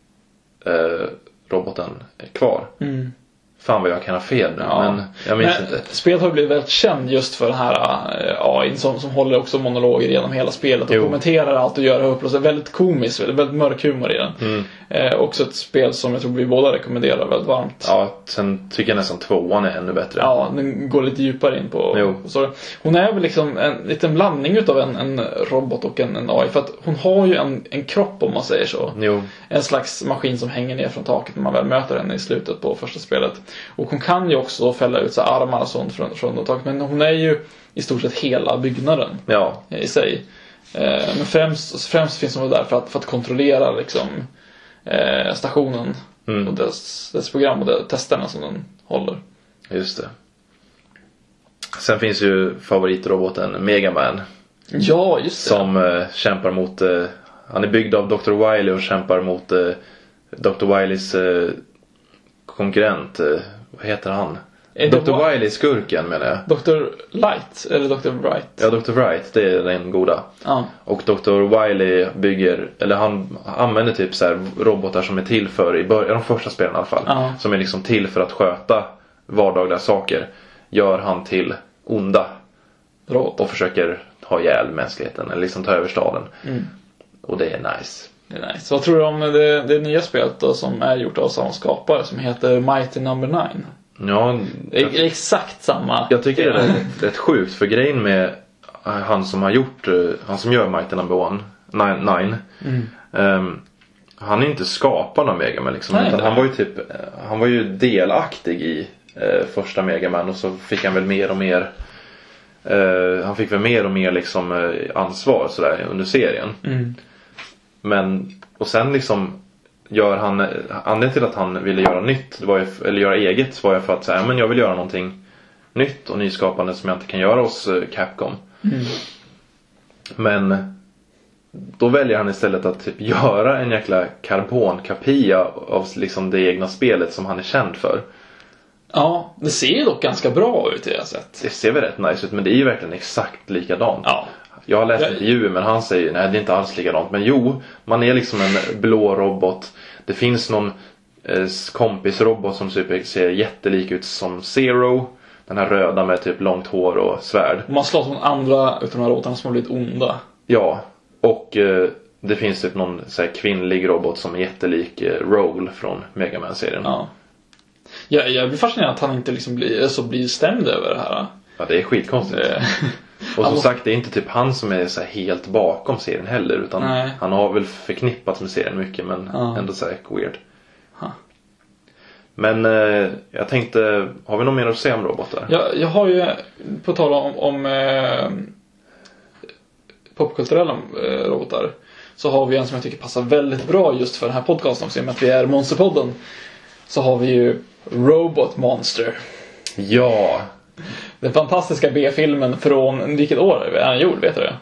roboten är kvar. Fan vad jag kan ha fel nu, men jag minns inte. Spelet har blivit väldigt känd just för den här AI som håller också monologer genom hela spelet och kommenterar allt och gör upp. Väldigt komiskt, väldigt mörk humor i den. Också ett spel som jag tror vi båda rekommenderar väldigt varmt. Ja, sen tycker jag nästan 2 är ännu bättre. Ja, den går lite djupare in på. Så hon är väl liksom en liten blandning utav en robot och en AI. För att hon har ju en kropp om man säger så. En slags maskin som hänger ner från taket när man väl möter henne i slutet på första spelet. Och hon kan ju också fälla ut så armar och sånt från taket. Men hon är ju i stort sett hela byggnaden i sig. Men främst finns hon där för att kontrollera liksom stationen och dess program och testerna som den håller. Just det. Sen finns ju favoritroboten Mega Man. Ja, just det. Som kämpar mot han är byggd av Dr. Wily och kämpar mot Dr. Wilys konkurrent. Vad heter han? Dr. Wily skurken menar jag. Dr. Light eller Dr. Bright? Ja, Dr. Bright, det är den goda. Och Dr. Wily han använder typ så här robotar som är till för i början, de första spelen i alla fall. Som är liksom till för att sköta vardagliga saker. Gör han till onda robotar och försöker ha ihjäl mänskligheten eller liksom ta över staden. Och det är nice. Det är nice. Vad tror du om det nya spelet då, som är gjort av samma skapare som heter Mighty No. 9? Ja, det är exakt samma. Jag tycker det är rätt sjukt för grejen med han som gör Mighty No. 9. Han är inte skaparen av Mega Man liksom, utan han var ju delaktig i första Mega Man och så fick han väl mer och mer han fick väl mer och mer liksom ansvar sådär under serien. Men och sen liksom gör han anledningen till att han ville göra nytt eller göra eget var ju för att säga men jag vill göra någonting nytt och nyskapande som jag inte kan göra hos Capcom. Men då väljer han istället att typ göra en jäkla karbonkopia av liksom det egna spelet som han är känd för. Ja, det ser ju dock ganska bra ut i det sätt. Det ser väl rätt nice ut, men det är ju verkligen exakt likadant. Ja. Jag har läst intervjuer, men han säger nej, det är inte alls likadant. Men jo, man är liksom en blå robot. Det finns någon kompisrobot som typ ser jättelik ut som Zero. Den här röda med typ långt hår och svärd. Man slåss mot andra utav de här robotarna som har blivit onda. Ja, och det finns typ någon så här kvinnlig robot som är jättelik Roll från Mega Man-serien. Ja. Jag blir fascinerad att han inte liksom blir stämd över det här. Ja, det är skitkonstigt. Och som sagt, det är inte typ han som är så här helt bakom serien heller. Utan han har väl förknippats med serien mycket, men ändå så här weird. Men jag tänkte, har vi något mer att säga om robotar? Jag har ju, på tal om popkulturella robotar, så har vi en som jag tycker passar väldigt bra just för den här podcasten också, i och med att vi är Monsterpodden. Så har vi ju Robot Monster. Ja. Den fantastiska B-filmen från, vilket år är den gjord, vet du det?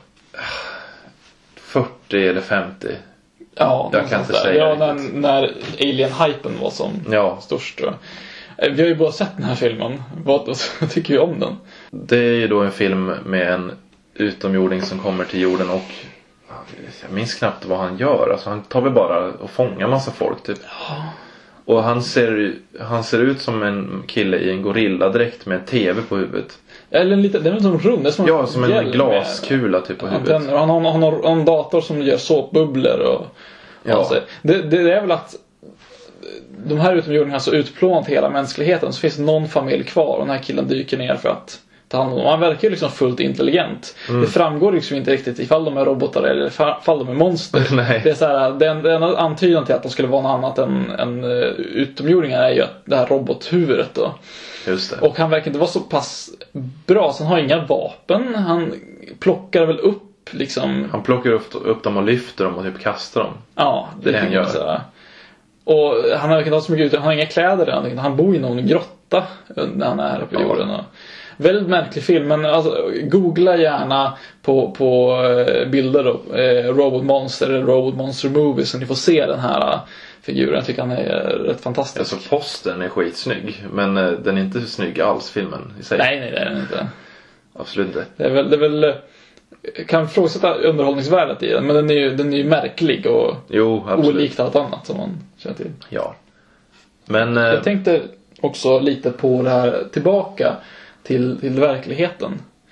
40 eller 50. Ja, jag kan inte säga. Ja, när Alien-hypen var som störst. Vi har ju bara sett den här filmen. Vad tycker vi om den? Det är ju då en film med en utomjording som kommer till jorden och jag minns knappt vad han gör. Alltså han tar väl bara och fångar massa folk typ. Ja. Och han ser ut som en kille i en gorilladräkt med en tv på huvudet. Eller det är en sån rund. Som en glaskula typ på huvudet. Han har en dator som gör såpbubblor och alltså, det är väl att de här utomjordingarna har så utplånat hela mänskligheten, så finns det någon familj kvar och den här killen dyker ner för att ta hand om dem. Han verkar ju liksom fullt intelligent. Det framgår liksom inte riktigt ifall de är robotar eller ifall de är monster. Nej. Det är så här, den antydan till att de skulle vara något annat än utomjordingar är ju det här robothuvudet då. Just det. Och han verkar inte vara så pass bra, så han har inga vapen. Han plockar väl upp liksom. Han plockar upp dem och lyfter dem och typ kastar dem. Ja, det är det han gör. Så här. Och han har inte så mycket han har inga kläder eller någonting. Han bor i någon grotta när han är här på jorden. Och väldigt märklig film, men alltså, googla gärna på bilder då, Robot Monster eller Robot Monster Movie, så ni får se den här figuren. Jag tycker han är rätt fantastisk. Alltså postern är skitsnygg, men den är inte snygg alls, filmen i sig. Nej, det är den inte. Absolut inte. Det är väl kan ifrågasätta underhållningsvärdet i den, men den är ju märklig och olikt allt annat som man känner till. Ja. Men jag tänkte också lite på det här tillbaka till verkligheten.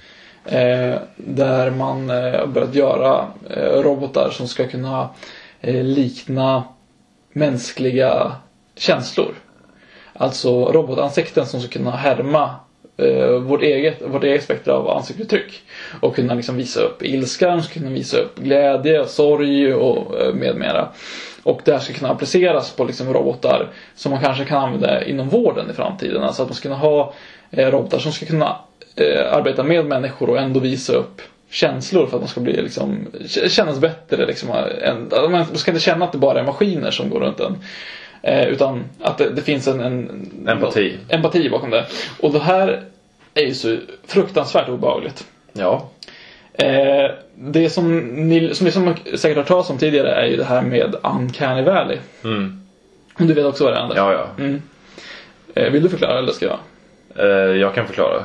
Där man har börjat göra robotar som ska kunna likna mänskliga känslor. Alltså robotansikten som ska kunna härma vårt eget spektra av ansiktsuttryck och kunna liksom visa upp ilskan, ska kunna visa upp glädje, sorg och med mera. Och det här ska kunna appliceras på liksom robotar som man kanske kan använda inom vården i framtiden. Alltså att man ska kunna ha robotar som ska kunna arbeta med människor och ändå visa upp känslor för att man ska bli liksom, kännas bättre liksom, man ska inte känna att det bara är maskiner som går runt en, utan att det finns en empati bakom det. Och det här är ju så fruktansvärt obehagligt. Ja. Det som ni säkert har talat om tidigare är ju det här med Uncanny Valley. Du vet också vad det är. Ja. Vill du förklara eller ska jag? Jag kan förklara.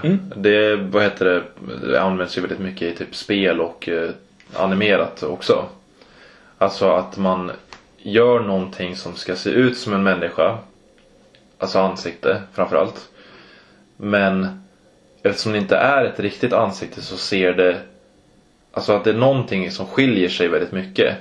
Det används ju väldigt mycket i typ spel och animerat också. Alltså att man gör någonting som ska se ut som en människa, alltså ansikte framförallt, men eftersom det inte är ett riktigt ansikte så ser det, alltså att det är någonting som skiljer sig väldigt mycket,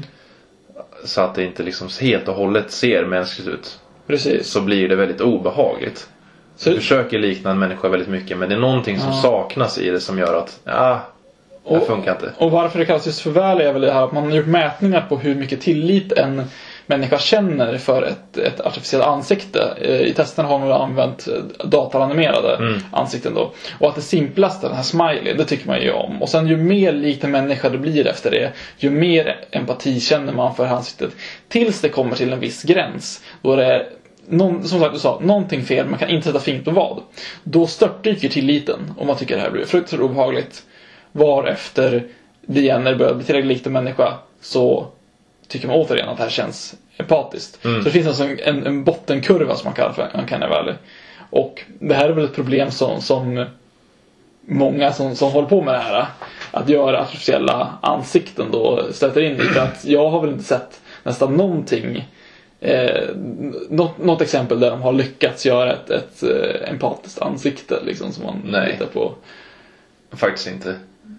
så att det inte liksom helt och hållet ser mänskligt ut. Precis. Så blir det väldigt obehagligt. Så du försöker likna en människa väldigt mycket, men det är någonting som saknas i det som gör att det funkar inte. Och varför det kallas just för Valley är väl det här att man har gjort mätningar på hur mycket tillit en människa känner för ett artificiellt ansikte. I testen har man använt datoranimerade ansikten då. Och att det simplaste, den här smiley, det tycker man ju om. Och sen ju mer likt en människa det blir efter det, ju mer empati känner man för ansiktet. Tills det kommer till en viss gräns. Då är det som sagt du sa, någonting fel, man kan inte sätta fint på vad. Då störtdyker tilliten och man tycker det här blir fruktansvärt obehagligt. Varefter det igen, när det börjar bli tillräckligt likt en människa, så tycker man återigen att det här känns empatiskt. Så det finns alltså en bottenkurva som man kallar för Uncanny Valley. Och det här är väl ett problem som många som håller på med det här, att göra artificiella ansikten då, stöter in i. För att jag har väl inte sett nästan någonting, något exempel där de har lyckats göra ett empatiskt ansikte liksom, som man tittar på. Faktiskt inte.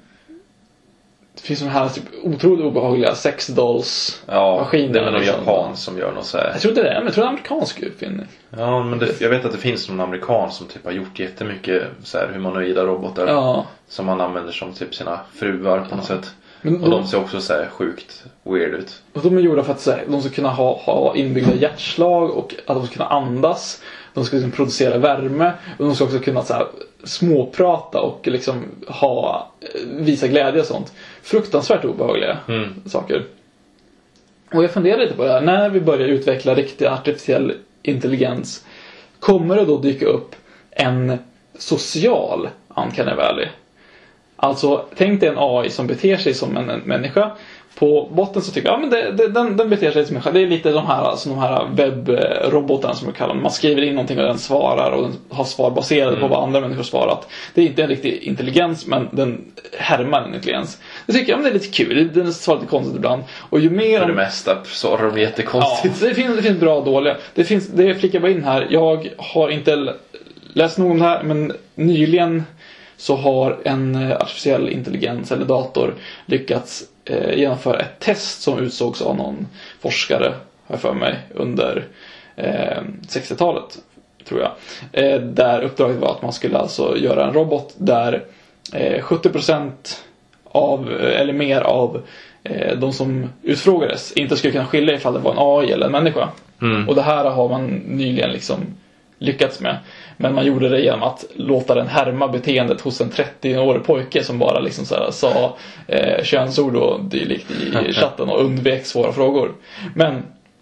Det finns de här typ otroligt obehagliga sex dolls maskiner. Det är någon japan som gör något så här. Jag tror inte det, men jag tror det är amerikansk uppfinning. Ja, men jag vet att det finns någon amerikan som typ har gjort jättemycket så här humanoida robotar som man använder som typ sina fruar på något sätt. Men och de ser också så här sjukt weird ut. Och de är gjorda för att så här, de ska kunna ha inbyggda hjärtslag och att de ska kunna andas. De ska liksom producera värme och de ska också kunna så här, småprata och liksom visa glädje och sånt. Fruktansvärt obehagliga saker. Och jag funderar lite på det här. När vi börjar utveckla riktig artificiell intelligens, kommer det då dyka upp en social Uncanny Valley? Alltså, tänk dig en AI som beter sig som en människa. På botten så tycker jag, men den beter sig som en människa. Det är lite de här webbrobotarna som vi kallar dem. Man skriver in någonting och den svarar och den har svar baserade på vad andra människor svarat. Det är inte en riktig intelligens, men den härmar en intelligens. Det tycker jag, men det är lite kul. Den svarar lite konstigt ibland. Och ju mer för det mesta svarar de jättekonstigt. Ja, det finns bra och dåliga. Det flickar bara in här. Jag har inte läst någon om det här, men nyligen så har en artificiell intelligens eller dator lyckats genomföra ett test som utsågs av någon forskare, har för mig, under 60-talet, tror jag. Där uppdraget var att man skulle alltså göra en robot där 70% av, eller mer av de som utfrågades inte skulle kunna skilja ifall det var en AI eller en människa. Och det här har man nyligen liksom lyckats med. Men man gjorde det genom att låta den härma beteendet hos en 30-årig pojke som bara liksom så här sa könsord och dylikt i chatten och undvek svåra frågor. Men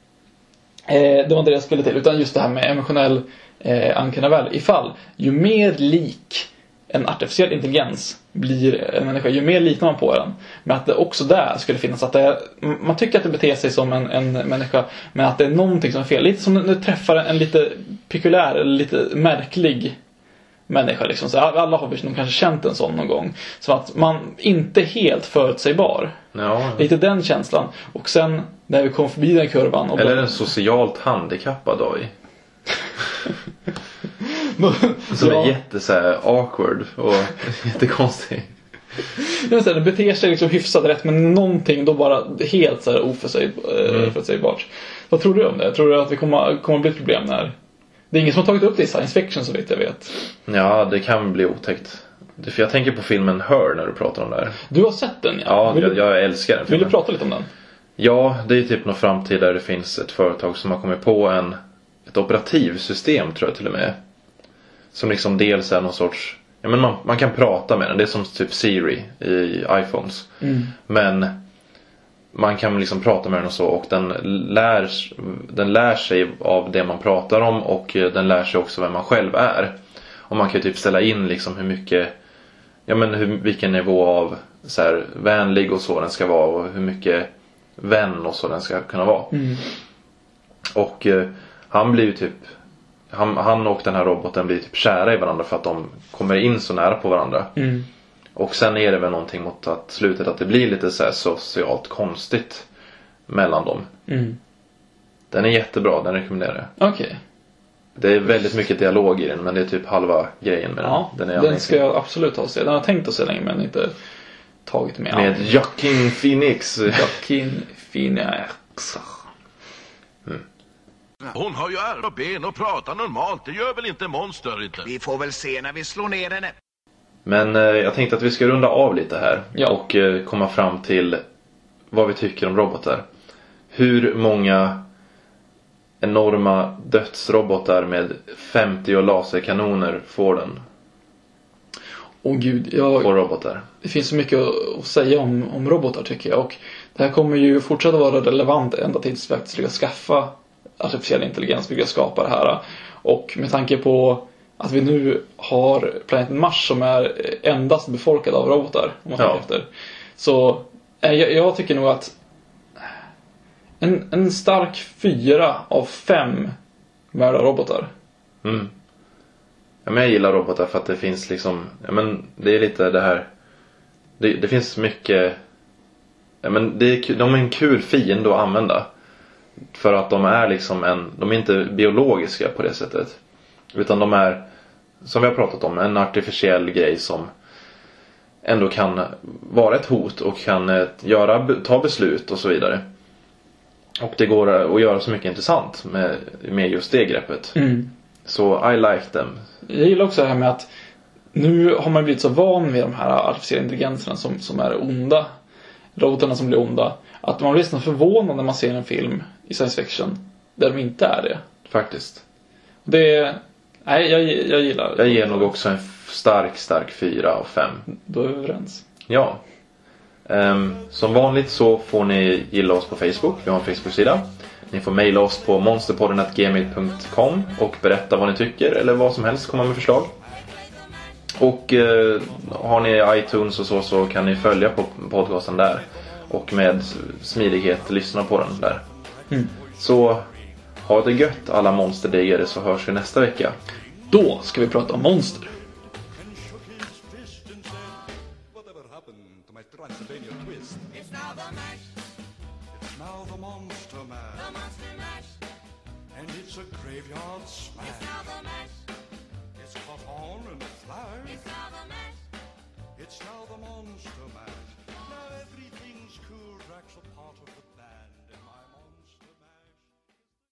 det var inte det jag skulle till, utan just det här med emotionell Uncanny Valley. Ifall ju mer lik en artificiell intelligens blir en människa, ju mer litar man på den. Men att det också där skulle finnas att man tycker att det beter sig som en människa, men att det är någonting som är fel. Lite som när du träffar en lite pekulär eller lite märklig människa liksom. Så alla har nog kanske känt en sån någon gång. Så att man inte är helt förutsägbar. Ja. Lite den känslan. Och sen när vi kom förbi den kurvan och eller en socialt handikappad AI. Som är jätte så här awkward och jättekonstig. Den beter sig liksom hyfsat rätt, men någonting då bara helt så här oförutsägbart. Vad tror du om det? Tror du att vi kommer bli ett problem när det är ingen som har tagit upp det i science fiction så vitt jag vet? Ja, det kan bli otäckt. För jag tänker på filmen Her när du pratar om det här. Du har sett den, ja? Ja, jag älskar den filmen. Vill du prata lite om den? Ja, det är typ någon framtid där det finns ett företag som har kommit på ett operativsystem, tror jag till och med. Som liksom dels är någon sorts... Ja, men man kan prata med den. Det är som typ Siri i iPhones. Men man kan liksom prata med den och så. Och den lär sig av det man pratar om. Och den lär sig också vem man själv är. Och man kan ju typ ställa in liksom hur mycket... Ja, men vilken nivå av så här, vänlig och så den ska vara. Och hur mycket vän och så den ska kunna vara. Och han blir ju typ... Han och den här roboten blir typ kära i varandra för att de kommer in så nära på varandra. Och sen är det väl någonting mot att slutet att det blir lite så här socialt konstigt mellan dem. Den är jättebra, den rekommenderar jag. Okej. Det är väldigt mycket dialog i den, men det är typ halva grejen med den. Den ska jag absolut ha se. Den har tänkt att se länge, men inte tagit med. Med Joaquin Phoenix. Joaquin Phoenix. Hon har ju armar och ben och pratar normalt. Det gör väl inte monster inte? Vi får väl se när vi slår ner henne. Men jag tänkte att vi ska runda av lite här. Ja. Och komma fram till vad vi tycker om robotar. Hur många enorma dödsrobotar med 50 och laserkanoner får den? Åh gud, får robotar. Det finns så mycket att säga om robotar tycker jag. Och det här kommer ju fortsätta vara relevant ända tills vi faktiskt lyckas skaffa artificiell intelligens, vi skapar det här. Och med tanke på att vi nu har planeten Mars som är endast befolkad av robotar, om man tänker efter. Så jag tycker nog att en stark 4 av 5 mördar robotar. men jag gillar robotar för att det finns liksom, men det är lite det här, det finns mycket, men de är en kul fiende att använda. För att de är liksom de är inte biologiska på det sättet. Utan de är, som vi har pratat om, en artificiell grej som ändå kan vara ett hot och kan ta beslut och så vidare. Och det går att göra så mycket intressant med just det greppet. Så I like them. Jag gillar också det här med att nu har man blivit så van med de här artificiella intelligenserna som är onda. Robotarna som blir onda. Att man blir så förvånad när man ser en film i science fiction där de inte är det. Faktiskt. Nej, jag gillar. Jag ger nog också en stark 4 av 5. Då är vi överens. Ja. Som vanligt så får ni gilla oss på Facebook. Vi har en Facebook-sida. Ni får mejla oss på monsterpodden@gmail.com och berätta vad ni tycker eller vad som helst, komma med förslag. Och har ni iTunes och så kan ni följa på podcasten där. Och med smidighet lyssna på den där. Så ha det gött alla monsterdegare, så hörs vi nästa vecka. Då ska vi prata om monster. Now the Monster Mash, and it's a graveyard smash.